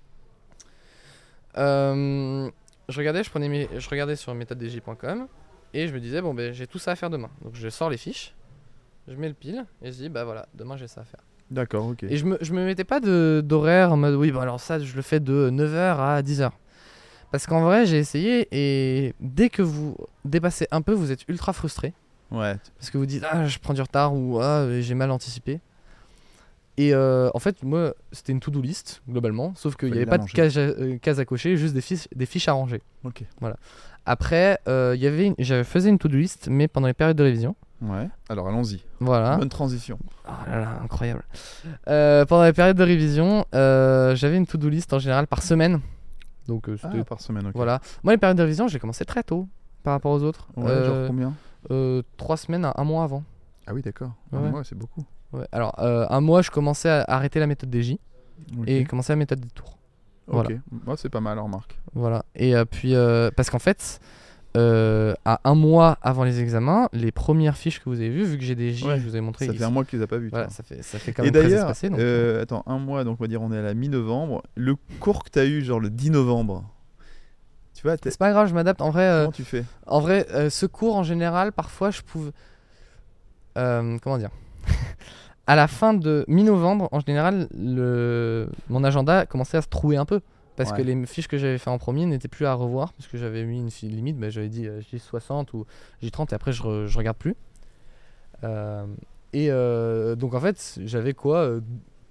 Euh, je regardais, je prenais mes, je regardais sur méthode d j point com et je me disais bon ben j'ai tout ça à faire demain. Donc je sors les fiches, je mets le pile et je dis bah voilà demain j'ai ça à faire. D'accord, ok. Et je me, je me mettais pas de, d'horaire en mode oui bah alors ça je le fais de neuf heures à dix heures. Parce qu'en vrai j'ai essayé et dès que vous dépassez un peu vous êtes ultra frustré. Ouais. Parce que vous dites ah je prends du retard ou ah j'ai mal anticipé. Et euh, en fait, moi, c'était une to-do list, globalement, sauf qu'il n'y avait pas de case à, euh, case à cocher, juste des fiches, des fiches à ranger. Ok. Voilà. Après, euh, y avait une, j'avais faisais une to-do list, mais pendant les périodes de révision. Ouais, alors allons-y. Voilà. Bonne transition. Oh là là, incroyable. Euh, pendant les périodes de révision, euh, j'avais une to-do list en général par semaine. Donc, euh, c'était... Ah, par semaine, ok. Voilà. Moi, les périodes de révision, j'ai commencé très tôt par rapport aux autres. Ouais, euh, genre combien euh, Trois semaines à un mois avant. Ah oui, d'accord. Un ouais. mois, c'est beaucoup. Ouais, alors euh, un mois je commençais à arrêter la méthode D J okay. et commencer la méthode des tours. Voilà. Ok, moi c'est pas mal en remarque. Voilà, et euh, puis euh, parce qu'en fait, euh, à un mois avant les examens, les premières fiches que vous avez vues, vu que j'ai des J, ouais, je vous ai montré. Ça fait ici. un mois que tu les as pas vues. Voilà, ça fait, ça fait quand même et d'ailleurs, passé, donc, euh, euh... attends, un mois, donc on va dire on est à la mi-novembre. Le cours que tu as eu, genre le dix novembre, tu vois, c'est pas grave, je m'adapte. En vrai, comment euh, tu fais? En vrai, euh, ce cours en général, parfois je pouvais. Euh, comment dire? À la fin de mi-novembre, en général, le... mon agenda commençait à se trouer un peu. Parce ouais. que les fiches que j'avais fait en premier n'étaient plus à revoir. Parce que j'avais mis une limite, bah, j'avais dit euh, J soixante ou J trente et après je, re... je regarde plus. Euh... Et euh... donc en fait, j'avais quoi euh,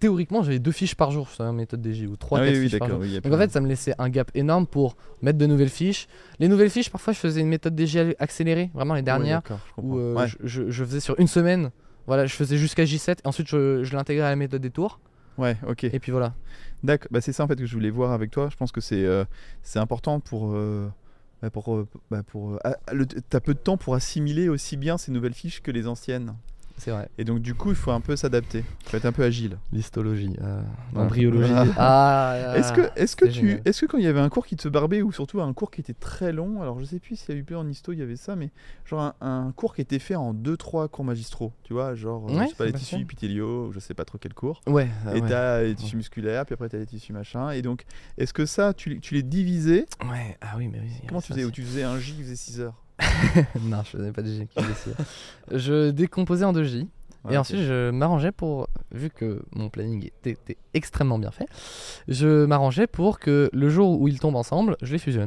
théoriquement, j'avais deux fiches par jour sur la méthode D J ou trois, ah, quatre oui, fiches oui, par jour. oui, Donc en fait, ça me laissait un gap énorme pour mettre de nouvelles fiches. Les nouvelles fiches, parfois, je faisais une méthode D J accélérée, vraiment les dernières, ouais, où euh, ouais. je, je, je faisais sur une semaine. Voilà, je faisais jusqu'à J sept et ensuite je, je l'intégrais à la méthode des tours. Ouais, ok. Et puis voilà. D'accord, bah, c'est ça en fait que je voulais voir avec toi. Je pense que c'est euh, c'est important pour. Euh... Bah pour, euh, bah pour, euh, le, t'as peu de temps pour assimiler aussi bien ces nouvelles fiches que les anciennes. C'est vrai. Et donc du coup, il faut un peu s'adapter. Il faut être un peu agile. L'histologie, euh, Voilà. l'embryologie. ah, ah, est-ce que, est-ce que c'est tu, génial. est-ce que quand il y avait un cours qui te barbait ou surtout un cours qui était très long, alors je sais plus s'il y a eu plus en histo, il y avait ça, mais genre un, un cours qui était fait en deux trois cours magistraux, tu vois, genre Ouais, je sais pas les bah tissus ça. épithéliaux, je sais pas trop quel cours. Ouais. ah Et ouais. t'as les tissus musculaires, puis après t'as les tissus machin. Et donc, est-ce que ça, tu, tu les divisais? Ouais. Ah oui, mais oui. Comment tu ça, faisais? Ou c'est- tu faisais un J qui faisait six heures? Non, je faisais pas de J qui faisait ça. Je décomposais en deux J. Ouais, et ok. ensuite, je m'arrangeais pour, vu que mon planning était, était extrêmement bien fait, je m'arrangeais pour que le jour où ils tombent ensemble, je les fusionne.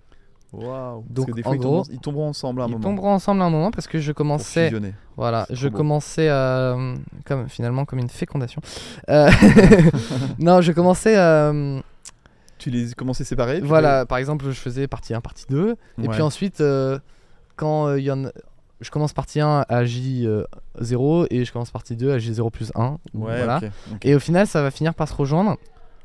Waouh. Parce Donc, que des en fois, ils, gros, tomberont, ils tomberont ensemble à un Ils moment. tomberont ensemble à un moment parce que je Pour commençais, fusionner. voilà, C'est je trop beau. commençais euh, comme finalement comme une fécondation. Euh, non, je commençais, euh, Tu les commençais séparés? puis voilà, par exemple, je faisais partie un, partie deux, et Ouais. puis ensuite, euh, quand il y en a- je commence partie un à J zéro et je commence partie deux à J zéro plus un. Ouais, voilà. ok, ok. Et au final, ça va finir par se rejoindre.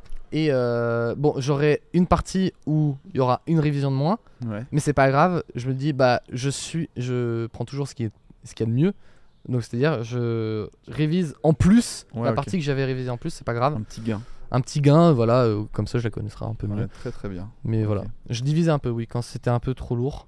Et euh, bon, j'aurai une partie où il y aura une révision de moins, Ouais. mais c'est pas grave. Je me dis, bah, je suis, je prends toujours ce qui est, ce qu'il y a de mieux. Donc, c'est-à-dire, je révise en plus Ouais, la ok. partie que j'avais révisée en plus, c'est pas grave. Un petit gain. Un petit gain, voilà, euh, comme ça, je la connaîtrai un peu mieux. Ouais, très très bien. Mais Ok. voilà, je divisais un peu, oui, quand c'était un peu trop lourd.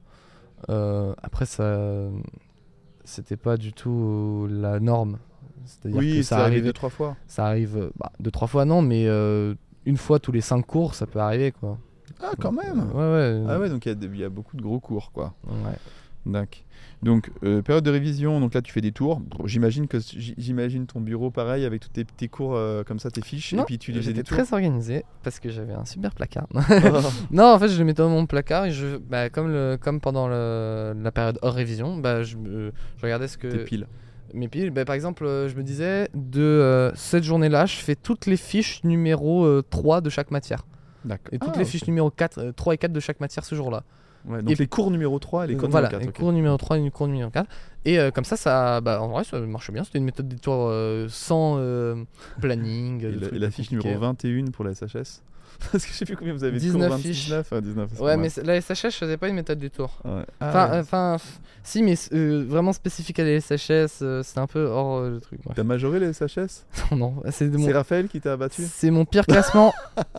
Euh, après, ça, c'était pas du tout la norme. C'est-à-dire Oui, que ça ça arrive arrive, deux trois fois. ça arrive, euh, bah, deux trois fois non, mais euh, une fois tous les cinq cours, ça peut arriver, quoi. Ah, quand même. Ouais, ouais. Ah ouais, donc il y, a des- il y a beaucoup de gros cours, quoi. Ouais. D'accord. Donc, euh, période de révision, donc là tu fais des tours. Bon, j'imagine que j- j'imagine ton bureau pareil avec tous tes petits cours euh, comme ça, tes fiches, Non, et puis tu les faisais J'étais des tours. très organisé parce que j'avais un super placard. Oh. Non, en fait, je le mettais dans mon placard et je, bah, comme, le, comme pendant le- la période hors révision, bah, je, me- je regardais ce que. Tes piles. Mes piles, bah, par exemple, euh, je me disais, de euh, cette journée-là, je fais toutes les fiches numéro euh, trois de chaque matière. D'accord. Et toutes Ah, les ok. fiches numéro quatre, euh, trois et quatre de chaque matière ce jour-là. Ouais, donc et- les cours numéro trois et les cours voilà, numéro les quatre. ok. cours numéro trois et les cours numéro quatre. Et euh, comme ça, ça bah, en vrai, ça marchait bien. C'était une méthode des tours euh, sans euh, planning. Et, de la, trucs et la fiche compliqués. numéro vingt et un pour la S H S. Parce que je sais plus combien vous avez de dix-neuf cours. fiches. vingt-dix-neuf, ah, dix-neuf, c'est Ouais, pas mais mal. c'est- la S H S, je faisais pas une méthode des tours. Ouais. Ah, Enfin, ouais. euh, enfin, f- si, mais euh, vraiment spécifique à la S H S, euh, c'était un peu hors euh, le truc. Ouais. T'as majoré les S H S? Non, non, c'est de mon, C'est Raphaël qui t'a battu? c'est mon pire classement.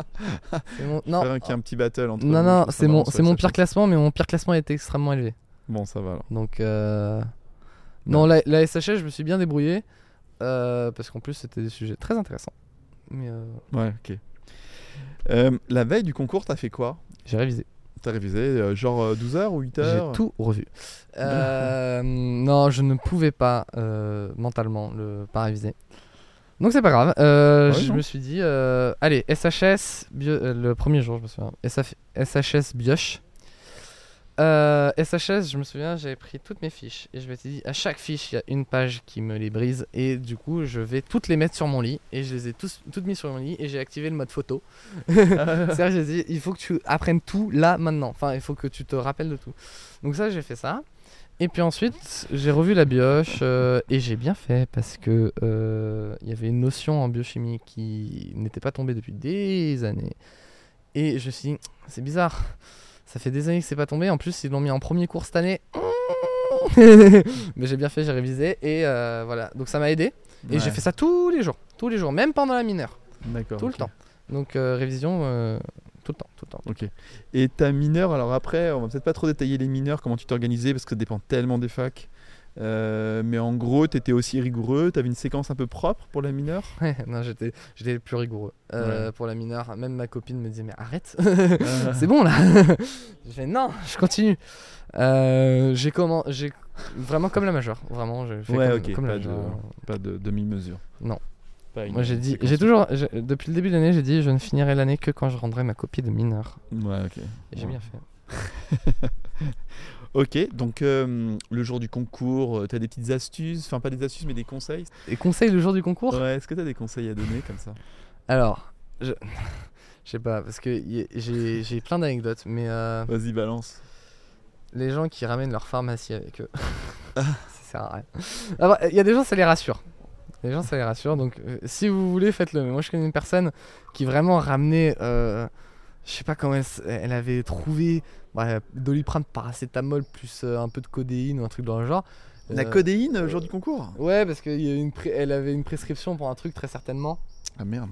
C'est mon- non, Faire un, qu'il y ait un petit battle entre non, vous, non, je trouve ça c'est mon, marrant sur c'est mon S H S. pire classement, mais mon pire classement était extrêmement élevé. Bon, ça va alors. Donc, euh... non, la, la S H S, je me suis bien débrouillé euh, parce qu'en plus, c'était des sujets très intéressants. Mais euh, Ouais, ok. Euh, la veille du concours, t'as fait quoi? j'ai révisé. T'as révisé euh, genre euh, douze heures ou huit heures? J'ai tout revu. Euh, non, je ne pouvais pas euh, mentalement le pas réviser. Donc c'est pas grave. Euh, Ouais, je non. me suis dit, euh, allez, S H S, bio- euh, le premier jour, je me souviens, S F S H S Bioche. Euh, S H S, je me souviens, j'avais pris toutes mes fiches et je m'étais dit, à chaque fiche, il y a une page qui me les brise et du coup, je vais toutes les mettre sur mon lit et je les ai tous, toutes mises sur mon lit et j'ai activé le mode photo. C'est-à-dire, j'ai dit, il faut que tu apprennes tout là, maintenant. Enfin, il faut que tu te rappelles de tout. Donc ça, j'ai fait ça. Et puis ensuite, j'ai revu la bioche euh, et j'ai bien fait parce que euh, il y avait une notion en biochimie qui n'était pas tombée depuis des années. Et je me suis dit, c'est bizarre. Ça fait des années que c'est pas tombé. En plus, ils l'ont mis en premier cours cette année. Mais j'ai bien fait, j'ai révisé et euh, voilà. Donc ça m'a aidé. Et Ouais. j'ai fait ça tous les jours, tous les jours, même pendant la mineure, D'accord. tout ok. le temps. Donc euh, révision, euh, tout le temps, tout le temps. Ok. Et ta mineure, alors après, on va peut-être pas trop détailler les mineurs, comment tu t'organisais, parce que ça dépend tellement des facs. Euh, mais en gros, tu étais aussi rigoureux, tu avais une séquence un peu propre pour la mineure. Ouais, non, j'étais, j'étais le plus rigoureux euh, Ouais. pour la mineure. Même ma copine me disait, mais arrête, Ah. c'est bon là. Je fais non, je continue. Euh, j'ai comment, j'ai vraiment comme la majeure, vraiment. J'ai fait Ouais, comme, ok, comme la pas de, majeure. pas de demi-mesure. Non. Pas une Moi j'ai dit, séquence j'ai toujours, j'ai- depuis le début de l'année, j'ai dit, je ne finirai l'année que quand je rendrai ma copie de mineur. Ouais, ok. Et j'ai Ouais. bien fait. Ok, donc euh, le jour du concours, euh, t'as des petites astuces, enfin pas des astuces mais des conseils. Et conseils le jour du concours? Ouais, est-ce que t'as des conseils à donner comme ça? Alors, je... je sais pas, parce que y a- j'ai j'ai plein d'anecdotes, mais euh, Vas-y, balance. les gens qui ramènent leur pharmacie avec eux, ça sert à rien. Alors, il y a des gens, ça les rassure. Les gens, ça les rassure, donc euh, si vous voulez, faites-le. Mais moi, je connais une personne qui vraiment ramenait, euh, je sais pas comment elle, s- elle avait trouvé bah, Doliprane, paracétamol, plus euh, un peu de codéine ou un truc dans le genre. La Euh, codéine le jour du concours? Ouais, parce qu'elle avait une prescription pour un truc très certainement. Ah merde.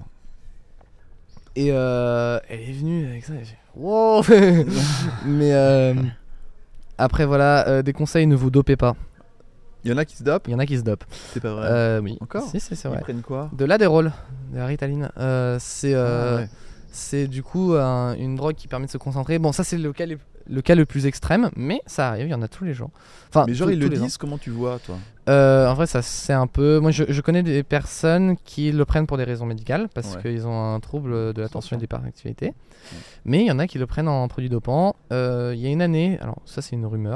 Et euh, elle est venue avec ça, et j'ai wow. Mais euh, après voilà, euh, des conseils, ne vous dopez pas. Il y en a qui se dopent? Il y en a qui se dopent. C'est pas vrai. Euh, oui. Encore? Si, si, c'est Ils vrai. prennent quoi? De l'adérol, de la Ritaline. Euh, c'est euh, Ah, ouais. c'est du coup un- une drogue qui permet de se concentrer. Bon, ça c'est le cas, le, le cas le plus extrême, mais ça arrive, il y en a tous les jours. Enfin, Mais genre tous- ils le tous les ans. disent, comment tu vois toi? Euh, en vrai, ça c'est un peu. Moi, je, je connais des personnes qui le prennent pour des raisons médicales parce Ouais. qu'ils ont un trouble de l'attention et de Attention. l'hyperactivité. Mais il y en a qui le prennent en produit dopant. Euh, Il y a une année, alors ça c'est une rumeur.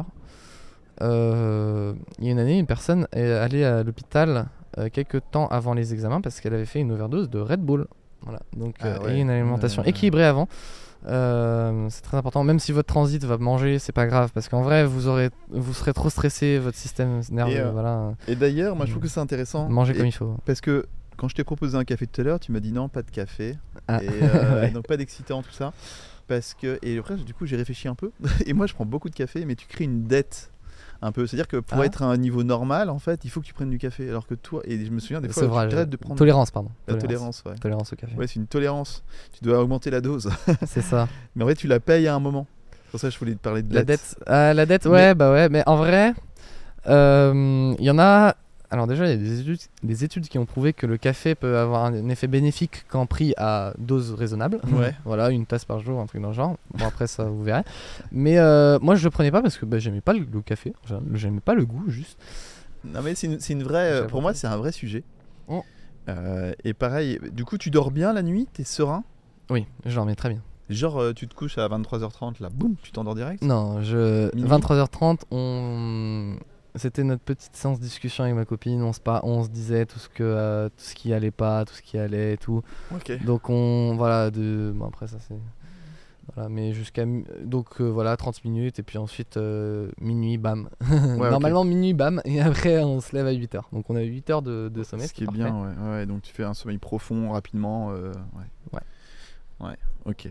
Euh, Il y a une année, une personne est allée à l'hôpital euh, quelques temps avant les examens parce qu'elle avait fait une overdose de Red Bull. Voilà. Donc Ah euh, ouais. et une alimentation Euh. équilibrée avant. Euh, c'est très important. Même si votre transit va manger, c'est pas grave parce qu'en vrai, vous aurez, vous serez trop stressé, votre système nerveux. euh, Voilà. Et d'ailleurs, moi je trouve que c'est intéressant. Mangez Et- comme il faut. Parce que quand je t'ai proposé un café tout à l'heure, tu m'as dit non, pas de café. Ah. Et euh, Ouais. donc pas d'excitant, tout ça. Parce que, et après, du coup, j'ai réfléchi un peu. Et moi, je prends beaucoup de café, mais tu crées une dette un peu. C'est-à-dire que pour Ah. être à un niveau normal, en fait, il faut que tu prennes du café. Alors que toi, et je me souviens des fois, C'est tu vrai, t'arrêtes je- de prendre Tolérance, pardon. la tolérance. Ouais, Tolérance au café. ouais c'est une tolérance. Tu dois augmenter la dose. C'est ça. Mais en vrai, tu la payes à un moment. C'est pour ça que je voulais te parler de La dette. dette. Ah, la dette, ouais, bah ouais. Mais en vrai, euh, il y en a. Alors déjà, il y a des études, des études qui ont prouvé que le café peut avoir un effet bénéfique quand pris à dose raisonnable. Ouais. Voilà, une tasse par jour, un truc dans le genre. Bon, après, ça, vous verrez. Mais euh, moi, je le prenais pas parce que bah, j'aimais pas le, le café. J'a- J'aimais pas le goût, juste. Non, mais c'est une, c'est une vraie. euh, J'avoue. Pour moi, c'est un vrai sujet. Oh. Euh, et pareil, du coup, tu dors bien la nuit, t'es serein. Oui, je dormais très bien. Genre, euh, tu te couches à vingt-trois heures trente, là, boum, tu t'endors direct. Non, je... Minuit. vingt-trois heures trente, on... c'était notre petite séance de discussion avec ma copine. On se, par... on se disait tout ce, que, euh, tout ce qui allait pas, tout ce qui allait et tout. Ok. Donc on... Voilà, de... bon, après ça c'est... Voilà, mais jusqu'à... mi- Donc euh, voilà, trente minutes et puis ensuite euh, minuit, bam. Ouais, Normalement minuit, bam. Et après on se lève à huit heures. Donc on a huit heures de, de sommeil. Ce qui est bien, ouais, ouais. Donc tu fais un sommeil profond rapidement. euh, ouais. Ouais. Ouais, ok.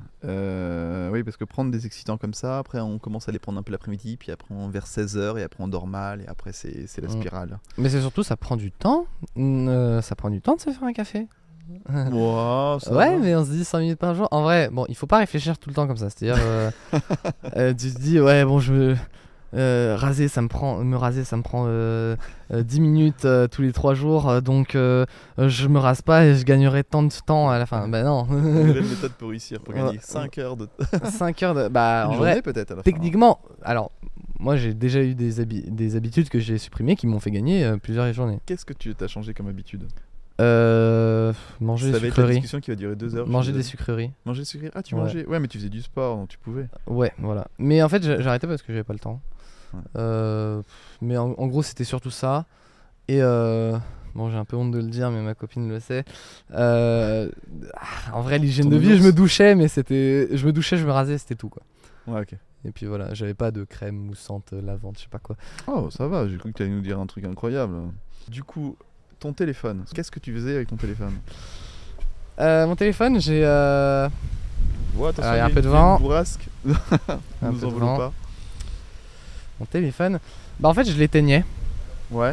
Euh, oui, parce que prendre des excitants comme ça, après on commence à les prendre un peu l'après-midi, puis après on vers seize heures, et après on dort mal, et après c'est c'est la Mm. spirale. Mais c'est surtout, ça prend du temps. Mm, euh, ça prend du temps de se faire un café. Wow, ça Ouais, va. mais on se dit cinq minutes par jour. En vrai, bon, il faut pas réfléchir tout le temps comme ça. C'est-à-dire, euh, euh, tu te dis, ouais, bon, je me. euh, raser, ça me prend. Me raser, ça me prend euh, euh, dix minutes euh, tous les trois jours. euh, donc, euh, euh, je me rase pas et je gagnerai tant de temps à la fin. Bah non. Nouvelle méthode pour réussir, pour gagner Ouais. cinq heures de cinq heures de. Bah, une en journée vrai, peut-être à la fin. techniquement. Alors, moi, j'ai déjà eu des, habi- des habitudes que j'ai supprimées qui m'ont fait gagner euh, plusieurs journées. Qu'est-ce que tu as changé comme habitude? Euh, manger Ça des va être la sucreries. discussion qui va durer deux heures. je Manger suis des désolé. sucreries. Manger des sucreries. Ah, tu Ouais. mangeais. Ouais, mais tu faisais du sport, donc tu pouvais. Ouais, voilà. Mais en fait, j'ai j'ai arrêté parce que j'avais pas le temps. Ouais. Euh, mais en, en gros, c'était surtout ça. Et euh, bon, j'ai un peu honte de le dire, mais ma copine le sait. Euh, ah, en vrai, l'hygiène Ton de vie, nounours. je me douchais, mais c'était, je me douchais, je me rasais, c'était tout quoi. Ouais, ok. Et puis voilà, j'avais pas de crème moussante, euh, lavande, je sais pas quoi. Oh, ça va, j'ai cru que tu allais nous dire un truc incroyable. Du coup, ton téléphone, qu'est-ce que tu faisais avec ton téléphone? Euh, mon téléphone, j'ai euh, Ouais, attention, Ah, y a un une- peu de une vent. bourrasque. Un Nous peu en de voulons vent. pas. mon téléphone. Bah en fait, je l'éteignais. Ouais.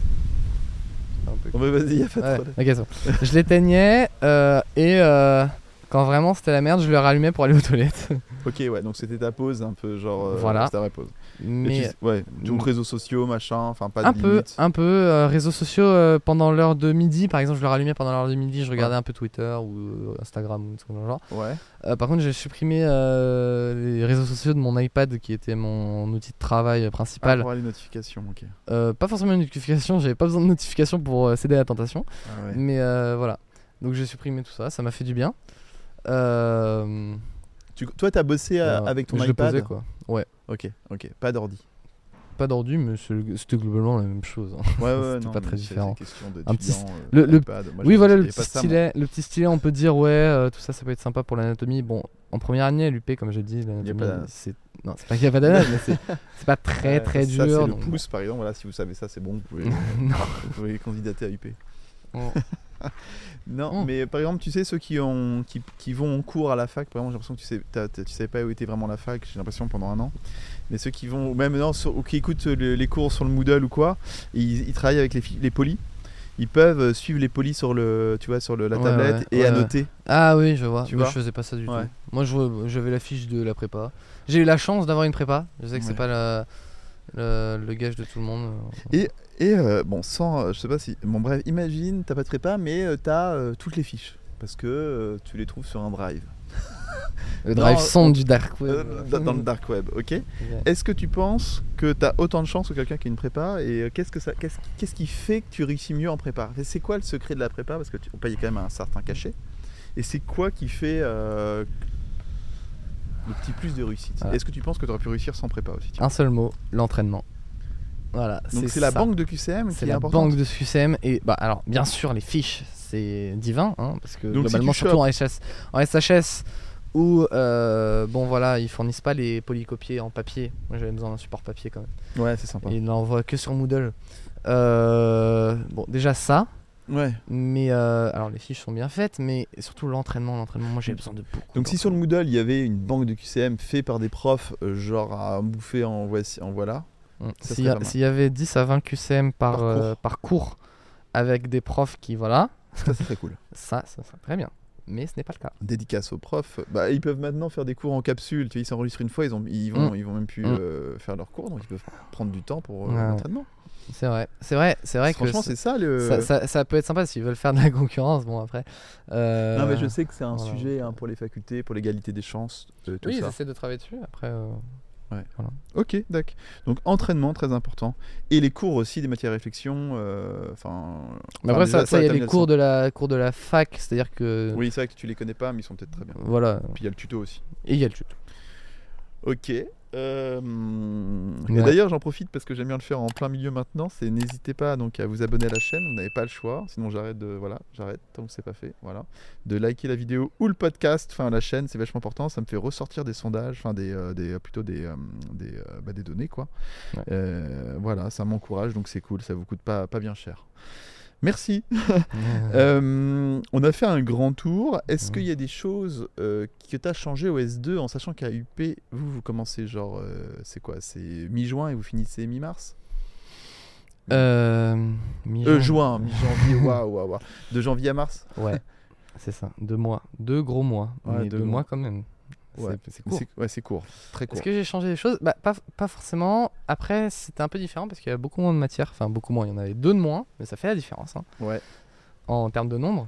Un peu Bon, bah, vas-y, y a pas de Ouais, problème. ok, c'est bon. Je l'éteignais euh, et euh, quand vraiment c'était la merde, je le rallumais pour aller aux toilettes. Ok, ouais, donc c'était ta pause un peu, genre. euh, Voilà. C'était ta vraie pause. Et Mais tu- ouais, donc Mm. réseaux sociaux, machin, enfin pas de un peu, limite. un peu euh, réseaux sociaux euh, pendant l'heure de midi, par exemple, je le rallumais pendant l'heure de midi, je regardais un peu Twitter ou euh, Instagram ou tout dans le genre. Ouais. Euh, par contre, j'ai supprimé euh, les réseaux sociaux de mon iPad qui était mon outil de travail Ah, principal. pour avoir les notifications, ok. Euh, pas forcément une notification, j'avais pas besoin de notification pour euh, céder à la tentation. Ah ouais. Mais euh, voilà. Donc j'ai supprimé tout ça, ça m'a fait du bien. Euh, Tu, toi, t'as bossé euh, voilà. avec ton je le iPad. posais, quoi. Ouais. Ok, ok, pas d'ordi. Pas d'ordi, mais c'était globalement la même chose. Hein. Ouais, ouais, c'était non, pas très différent. Un petit... Euh, le, le... Moi, oui, voilà, le petit, ça, stylet, le petit stylet, on peut dire, ouais, euh, tout ça, ça peut être sympa pour l'anatomie. Bon, en première année à l'U P, comme j'ai dit, l'anatomie, c'est. Non, c'est pas qu'il n'y a pas d'anal, mais c'est, c'est pas très très euh, dur. Ça, c'est donc... le pouce, par exemple. Voilà, si vous savez ça, c'est bon. Vous pouvez, vous pouvez candidater à U P. Oh. Non, oh. Mais par exemple, tu sais, ceux qui, ont, qui, qui vont en cours à la fac, par exemple, j'ai l'impression que tu sais, t'as, t'as, tu savais pas où était vraiment la fac, j'ai l'impression pendant un an. Mais ceux qui vont, ou même non, sur, ou qui écoutent le, les cours sur le Moodle ou quoi, ils, ils travaillent avec les, les polis. Ils peuvent suivre les polis sur le, tu vois, sur le, la ouais, tablette ouais, et ouais, annoter. Ouais. Ah oui, je vois. Tu Moi, vois je faisais pas ça du ouais. tout. Moi, je, j'avais la fiche de la prépa. J'ai eu la chance d'avoir une prépa. Je sais que ouais. c'est pas la, la, le gage de tout le monde. Et, et euh, bon, sans, je sais pas si, bon bref, imagine, t'as pas de prépa, mais euh, t'as euh, toutes les fiches parce que euh, tu les trouves sur un drive. Le drive sombre du dark web. Euh, dans, dans le dark web, ok. Yeah. Est-ce que tu penses que tu as autant de chance que quelqu'un qui a une prépa et qu'est-ce, que ça, qu'est-ce, qu'est-ce qui fait que tu réussis mieux en prépa? C'est quoi le secret de la prépa? Parce qu'on paye quand même un certain cachet. Et c'est quoi qui fait euh, le petit plus de réussite? Voilà. Est-ce que tu penses que tu aurais pu réussir sans prépa aussi? Un seul mot, l'entraînement. Voilà, donc c'est, c'est la ça. banque de Q C M qui c'est est la importante. banque de Q C M et bah alors bien sûr les fiches c'est divin hein, parce que donc globalement si surtout en, chopes... S H S, en S H S où euh, bon voilà ils fournissent pas les polycopiés en papier. Moi j'avais besoin d'un support papier quand même. Ouais c'est sympa. Et ils l'envoient que sur Moodle. Euh, bon déjà ça. Ouais. Mais euh, alors les fiches sont bien faites, mais surtout l'entraînement, l'entraînement. Moi j'ai besoin de beaucoup. Donc si sur le Moodle il y avait une banque de Q C M faite par des profs, euh, genre à bouffer en voici, en voilà. S'il y, a, s'il y avait dix à vingt Q C M par, par, cours. Euh, par cours avec des profs qui voilà. Ça c'est très cool. Ça, ça serait très bien. Mais ce n'est pas le cas. Dédicace aux profs. Bah, ils peuvent maintenant faire des cours en capsule. Tu vois, ils s'enregistrent une fois, ils, ont, ils, vont, mmh. ils vont même plus mmh. euh, faire leurs cours, donc ils peuvent prendre du temps pour euh, ouais. l'entraînement. C'est vrai, c'est vrai, c'est vrai que franchement c'est ça le. Ça, ça, ça peut être sympa s'ils veulent faire de la concurrence. Bon après. Euh... Non mais je sais que c'est un voilà. sujet hein, pour les facultés, pour l'égalité des chances. Euh, tout oui, ça. ils essaient de travailler dessus. Après. Euh... Ouais. Voilà. Ok, d'accord. Donc entraînement très important et les cours aussi des matières réflexion. Enfin. Euh, mais après ça, ça il y a les cours de la cours de la fac, c'est-à-dire que. Oui, c'est vrai que tu les connais pas, mais ils sont peut-être très bien. Voilà. Puis il y a le tuto aussi. Et il y a le tuto. Ok. Euh... Ouais. Et d'ailleurs, j'en profite parce que j'aime bien le faire en plein milieu maintenant. C'est n'hésitez pas donc à vous abonner à la chaîne. Vous n'avez pas le choix. Sinon, j'arrête de voilà, j'arrête tant que c'est pas fait. Voilà, de liker la vidéo ou le podcast. Enfin, la chaîne, c'est vachement important. Ça me fait ressortir des sondages, enfin des, euh, des plutôt des euh, des, euh, bah, des données quoi. Ouais. Euh, voilà, ça m'encourage donc c'est cool. Ça vous coûte pas pas bien cher. Merci. euh, on a fait un grand tour. Est-ce qu'il y a des choses euh, que tu as changé au S deux en sachant qu'à U P, vous, vous commencez genre, euh, c'est quoi? C'est mi-juin et vous finissez mi-mars euh, mi-juin. Euh, juin, mi-janvier, waouh, waouh, waouh. De janvier à mars? Ouais, c'est ça. Deux mois. Deux gros mois. Ouais, mais deux, deux mois. mois quand même. Ouais, c'est, c'est court. C'est, ouais, c'est court. Très court. Est-ce que j'ai changé des choses? Bah, pas, pas forcément. Après, c'était un peu différent parce qu'il y a beaucoup moins de matières. Enfin, beaucoup moins. Il y en avait deux de moins, mais ça fait la différence. Hein, ouais. En termes de nombre.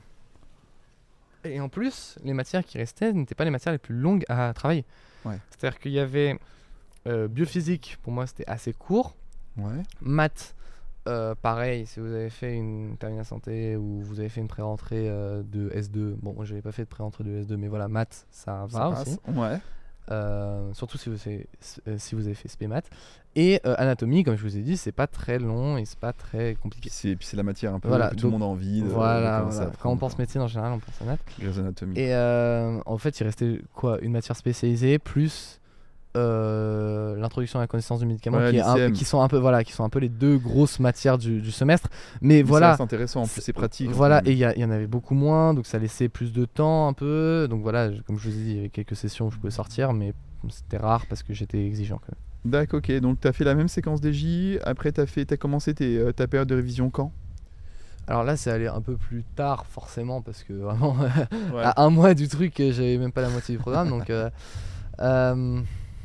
Et en plus, les matières qui restaient n'étaient pas les matières les plus longues à travailler. Ouais. C'est-à-dire qu'il y avait euh, biophysique, pour moi, c'était assez court. Ouais. Maths, euh, pareil, si vous avez fait une terminale santé ou vous avez fait une pré-rentrée euh, de S deux, bon, moi j'avais pas fait de pré-rentrée de S deux, mais voilà, maths, ça, ça va passe. Aussi. Ouais. Euh, surtout si vous, avez, si vous avez fait S P maths. Et euh, anatomie, comme je vous ai dit, c'est pas très long et c'est pas très compliqué. C'est, puis c'est la matière un peu voilà, que tout donc, le monde a envie de. Voilà, de voilà. Quand on pense médecine en général, on pense à maths. Les anatomies. Et euh, en fait, il restait quoi, une matière spécialisée plus. Euh, l'introduction à la connaissance du médicament ouais, qui, est un, qui sont un peu voilà qui sont un peu les deux grosses matières du, du semestre mais, mais voilà c'est intéressant en plus c'est pratique voilà et il y, y en avait beaucoup moins donc ça laissait plus de temps un peu donc voilà comme je vous ai dit il y avait quelques sessions où je pouvais sortir mais c'était rare parce que j'étais exigeant quand même. D'accord, ok, donc tu as fait la même séquence des J, après tu as fait t'as commencé tes, euh, ta période de révision quand? Alors là c'est allé un peu plus tard forcément parce que vraiment ouais. à un mois du truc j'avais même pas la moitié du programme donc euh, euh,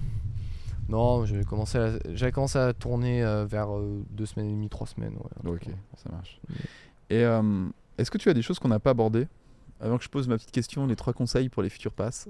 non, j'avais commencé, à, j'avais commencé à tourner euh, vers euh, deux semaines et demie, trois semaines. Ouais, ok, ça marche. Et euh, est-ce que tu as des choses qu'on n'a pas abordées? Avant que je pose ma petite question, les trois conseils pour les futurs passes.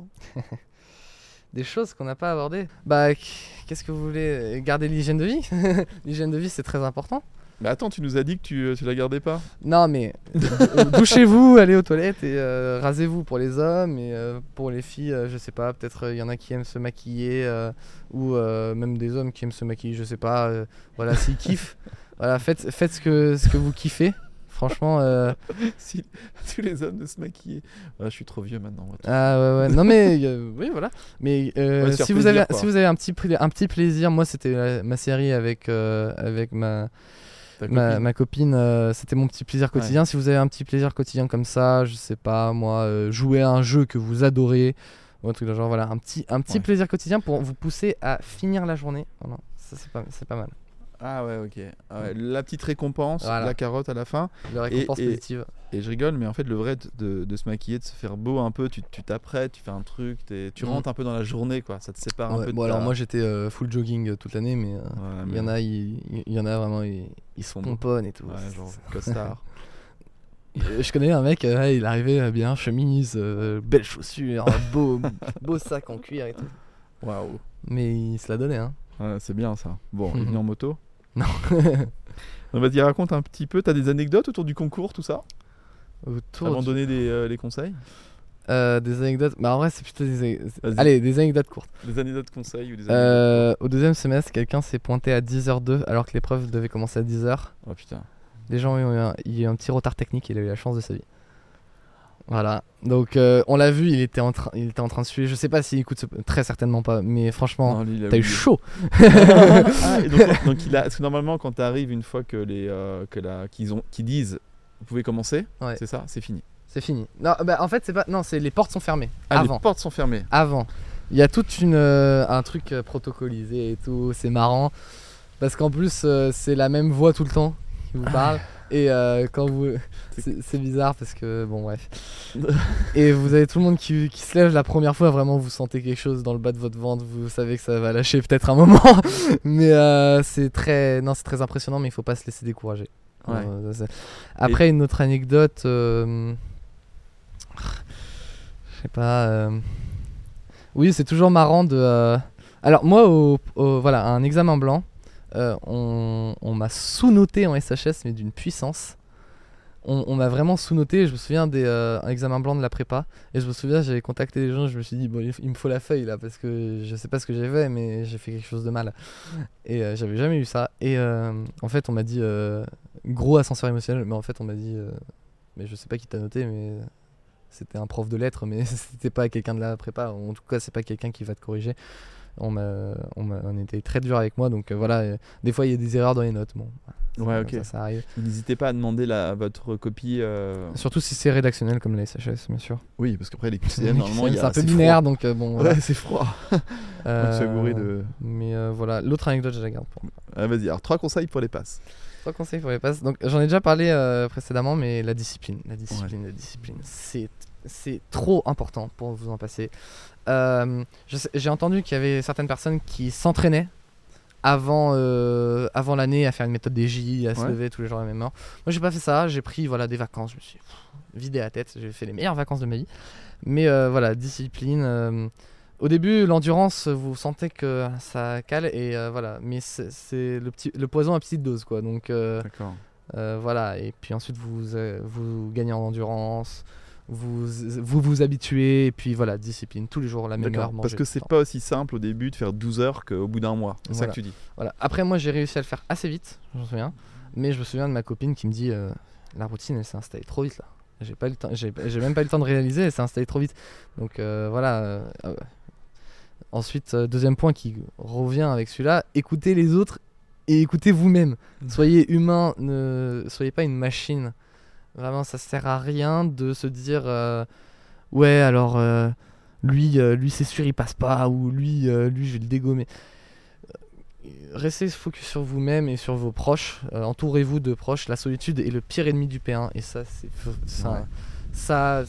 Des choses qu'on n'a pas abordées? Bah, qu'est-ce que vous voulez? Garder l'hygiène de vie. L'hygiène de vie, c'est très important. Mais attends, tu nous as dit que tu, tu la gardais pas. Non, mais euh, douchez-vous, allez aux toilettes et euh, rasez-vous pour les hommes. Et euh, pour les filles, euh, je sais pas, peut-être il euh, y en a qui aiment se maquiller euh, ou euh, même des hommes qui aiment se maquiller, je sais pas. Euh, voilà, s'ils kiffent, voilà, faites, faites ce, que, ce que vous kiffez. Franchement, euh... si tous les hommes de se maquiller. Ah, je suis trop vieux maintenant. Moi, ah ouais, ouais. Non mais euh, oui, voilà. Mais euh, ouais, si plaisir, vous avez, quoi. si vous avez un petit, un petit plaisir, moi c'était la, ma série avec euh, avec ma Ma, ma copine, euh, c'était mon petit plaisir quotidien. Ouais. Si vous avez un petit plaisir quotidien comme ça, je sais pas moi, euh, jouer à un jeu que vous adorez, ou un truc de genre, voilà, un petit, un petit ouais. plaisir quotidien pour vous pousser à finir la journée. Voilà, ça c'est pas, c'est pas mal. Ah ouais, ok. Ah ouais, la petite récompense, voilà. La carotte à la fin. La récompense et, positive. Et, et je rigole, mais en fait, le vrai de, de se maquiller, de se faire beau un peu, tu, tu t'apprêtes, tu fais un truc, tu mmh. rentres un peu dans la journée, quoi. Ça te sépare ouais, un peu de bon, ta... alors moi j'étais euh, full jogging toute l'année, mais il euh, ouais, y en a, il y, y en a vraiment, ils, ils se pomponnent et tout. Ouais, genre costard. Je connais un mec, euh, il arrivait bien, chemise, euh, belles chaussures, beau, beau sac en cuir et tout. Waouh. Mais il se l'a donné, hein. Ouais, c'est bien ça. Bon, il est venu en moto. Non. On va dire, raconte un petit peu, t'as des anecdotes autour du concours, tout ça autour Avant de du... donner des, euh, les conseils euh, Des anecdotes, bah en vrai c'est plutôt des... Allez, des anecdotes courtes. Des anecdotes conseils ou des anecdotes euh, Au deuxième semestre, quelqu'un s'est pointé à dix heures deux alors que l'épreuve devait commencer à dix heures. Oh putain. Les gens ont eu un, il y a eu un petit retard technique et il a eu la chance de sa vie. Voilà, donc euh, on l'a vu, il était, en tra- il était en train de suer. Je sais pas s'il écoute ce... très certainement pas, mais franchement, non, lui, t'as eu chaud. ah, et donc, donc il a... Parce que normalement, quand t'arrives une fois que les, euh, que la... qu'ils, ont... qu'ils disent vous pouvez commencer, ouais. c'est ça, c'est fini. C'est fini. Non, bah en fait c'est pas, non, c'est les portes sont fermées. Ah, avant. Les portes sont fermées. Avant, il y a toute une euh, un truc euh, protocolisé et tout. C'est marrant parce qu'en plus euh, c'est la même voix tout le temps qui vous parle. Et euh, quand vous. C'est, c'est bizarre parce que. Bon, bref. Et vous avez tout le monde qui, qui se lève la première fois. Vraiment, vous sentez quelque chose dans le bas de votre ventre. Vous savez que ça va lâcher peut-être un moment. Mais euh, c'est très. Non, c'est très impressionnant, mais il faut pas se laisser décourager. Ouais. Euh, Après, Et... une autre anecdote. Euh... Je sais pas. Euh... Oui, c'est toujours marrant de. Euh... Alors, moi, au, au, voilà, un examen blanc. Euh, on, on m'a sous-noté en S H S, mais d'une puissance. On, on m'a vraiment sous-noté. Je me souviens des euh, un examen blanc de la prépa. Et je me souviens, j'avais contacté les gens. Je me suis dit, bon, il, il me faut la feuille là, parce que je sais pas ce que j'ai fait, mais j'ai fait quelque chose de mal. Et euh, j'avais jamais eu ça. Et euh, en fait, on m'a dit, euh, gros ascenseur émotionnel. Mais en fait, on m'a dit, euh, mais je sais pas qui t'a noté, mais c'était un prof de lettres, mais c'était pas quelqu'un de la prépa. En tout cas, c'est pas quelqu'un qui va te corriger. On, m'a, on, m'a, on était très dur avec moi, donc euh, voilà, euh, des fois il y a des erreurs dans les notes. Bon, ça, ouais, ok. Ça, ça arrive. N'hésitez pas à demander la, votre copie. Euh... Surtout si c'est rédactionnel comme la S H S, bien sûr. Oui, parce qu'après les Q C M, normalement, il y a, c'est un peu c'est binaire, froid. donc euh, bon. Ouais, voilà. c'est froid. euh, de... Mais euh, voilà, l'autre anecdote, je la garde pour moi. Ah, vas-y, alors trois conseils pour les passes. Trois conseils pour les passes. Donc j'en ai déjà parlé euh, précédemment, mais la discipline, la discipline, ouais. la discipline, c'est c'est trop important pour vous en passer. Euh, je sais, j'ai entendu qu'il y avait certaines personnes qui s'entraînaient avant, euh, avant l'année à faire une méthode des J, à se ouais. lever tous les jours à la même heure. Moi j'ai pas fait ça, j'ai pris voilà, des vacances, je me suis pff, vidé la tête, j'ai fait les meilleures vacances de ma vie. Mais euh, voilà, discipline. Euh, au début, l'endurance, vous sentez que ça cale, et euh, voilà. Mais c'est, c'est le, petit, le poison à petite dose, quoi. Donc euh, D'accord. Euh, voilà, et puis ensuite vous, euh, vous gagnez en endurance. Vous, vous vous habituez, et puis voilà, discipline, tous les jours la même heure. Parce que c'est pas aussi simple au début de faire douze heures qu'au bout d'un mois, c'est voilà. ça que tu dis. Voilà. Après, moi j'ai réussi à le faire assez vite, je me souviens, mais je me souviens de ma copine qui me dit euh, la routine elle s'est installée trop vite là. J'ai, pas eu le temps, j'ai, j'ai même pas eu le temps de réaliser, elle s'est installée trop vite. Donc euh, voilà. Euh, euh, ensuite, euh, deuxième point qui revient avec celui-là, écoutez les autres et écoutez vous-même. Mmh. Soyez humain, ne soyez pas une machine. Vraiment, ça sert à rien de se dire euh, ouais, alors euh, lui, euh, lui c'est sûr il passe pas, ou lui, euh, lui je vais le dégommer. Restez focus sur vous-même et sur vos proches. Euh, entourez-vous de proches. La solitude est le pire ennemi du P un, et ça, c'est ça, ouais. ça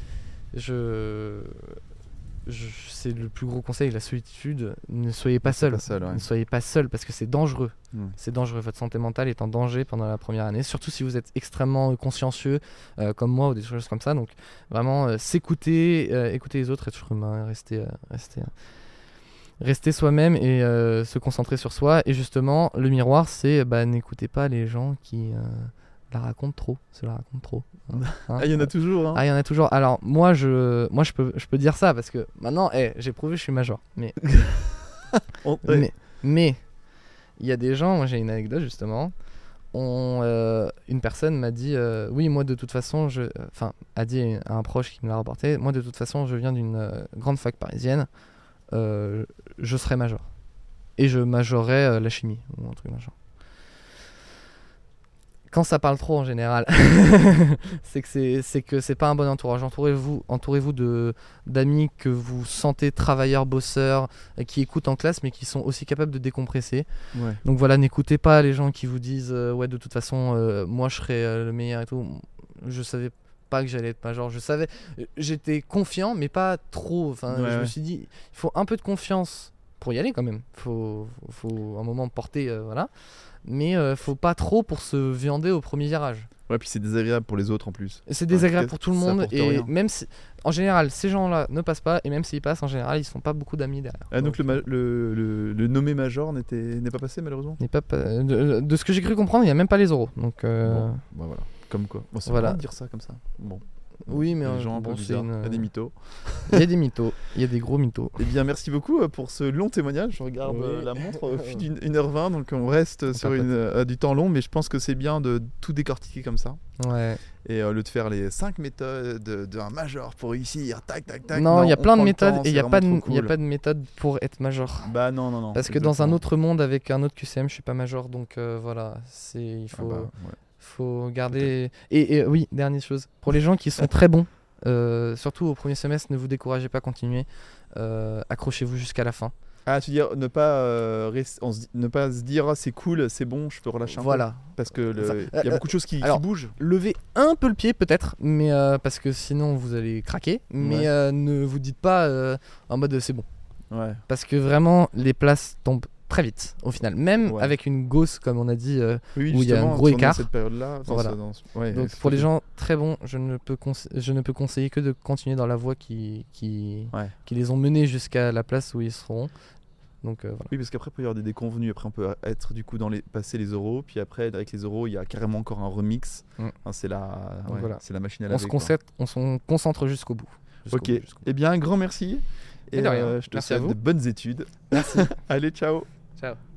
je, je, c'est le plus gros conseil. La solitude, ne soyez pas seul. Pas seul ouais. Ne soyez pas seul parce que c'est dangereux. Mmh. C'est dangereux. Votre santé mentale est en danger pendant la première année, surtout si vous êtes extrêmement consciencieux, euh, comme moi, ou des choses comme ça. Donc vraiment, euh, s'écouter, euh, écouter les autres, être humain, rester, euh, rester. Euh. rester soi-même et euh, se concentrer sur soi. Et justement, le miroir, c'est bah, n'écoutez pas les gens qui euh, la racontent trop. Se la racontent trop. Hein, hein, ah, il y en a toujours. Hein. Ah, il y en a toujours. Alors, moi, je, moi, je peux, je peux dire ça parce que maintenant, hey, j'ai prouvé que je suis major. Mais, On, ouais. mais, mais, il y a des gens. Moi, j'ai une anecdote justement. On, euh, une personne m'a dit euh, oui, moi, de toute façon, je, enfin, a dit à un proche qui me l'a rapporté. Moi, de toute façon, je viens d'une euh, grande fac parisienne. Euh, je serais major et je majorerais euh, la chimie ou un truc machin. Quand ça parle trop en général, c'est que c'est, c'est que c'est pas un bon entourage. Entourez-vous, entourez-vous de d'amis que vous sentez travailleurs, bosseurs, qui écoutent en classe mais qui sont aussi capables de décompresser. Ouais. Donc voilà, n'écoutez pas les gens qui vous disent euh, ouais de toute façon euh, moi je serais euh, le meilleur et tout. Je savais pas que j'allais être major, je savais, j'étais confiant mais pas trop, enfin ouais, je ouais. me suis dit il faut un peu de confiance pour y aller quand même, faut, faut un moment porter euh, voilà, mais euh, faut pas trop pour se viander au premier virage. Ouais, puis c'est désagréable pour les autres en plus. Et c'est désagréable ouais, pour tout le monde et rien. même si, en général ces gens là ne passent pas et même s'ils passent en général ils se font pas beaucoup d'amis derrière. Ah, donc, donc le, ma- le, le, le nommé major n'était, n'est pas passé malheureusement n'est pas, pas de, de ce que j'ai cru comprendre il n'y a même pas les oraux donc euh... bon, bah voilà. Comme quoi. Bon, c'est voilà. marrant de dire ça comme ça. Bon. Oui, mais les gens un bon, peu bizarres. une... Il y a des mythos. Il y a des mythos, il y a des gros mythos. Eh bien, merci beaucoup pour ce long témoignage. Je regarde oui. la montre au fil d'une une heure vingt, donc on reste sur une, euh, du temps long, mais je pense que c'est bien de tout décortiquer comme ça. Ouais. Et au lieu de faire les cinq méthodes d'un major pour réussir, tac, tac, tac. Non, il y a plein de méthodes temps, et il n'y a, pas de, cool. y a pas de méthode pour être major. Bah non, non, non. Parce que dans un autre monde avec un autre Q C M, je suis pas major, donc euh, voilà, c'est, il faut, ah bah, ouais. faut garder. Et, et oui, dernière chose, pour les gens qui sont très bons. Euh, surtout au premier semestre, ne vous découragez pas, continuez, euh, accrochez-vous jusqu'à la fin. Ah, tu veux dire ne pas, euh, rest... on se... ne pas se dire ah, c'est cool, c'est bon, je peux relâcher un voilà. peu. Parce que le... enfin, il y a euh, beaucoup de choses qui, alors, qui bougent. Levez un peu le pied peut-être, mais euh, parce que sinon vous allez craquer. Mais ouais. euh, ne vous dites pas euh, en mode c'est bon. Ouais. Parce que vraiment les places tombent très vite au final, même ouais. avec une gausse comme on a dit euh, oui, où il y a un gros écart. Cette période-là, voilà. dans... ouais, donc pour les gens très bons, je ne peux conse... je ne peux conseiller que de continuer dans la voie qui qui, ouais. qui les ont menés jusqu'à la place où ils seront. Donc, euh, voilà. Oui, parce qu'après il peut y avoir des déconvenus. Après on peut être du coup dans les passer les euros, puis après avec les euros il y a carrément encore un remix. Mm. Enfin, c'est la ouais, voilà. c'est la machine à laver. On se concentre, on se concentre jusqu'au bout. Jusqu'au ok. bout, jusqu'au bout. Eh bien un grand merci. Et, et de rien. Euh, je te merci souhaite à vous. de bonnes études. Merci. Allez, ciao. Ciao.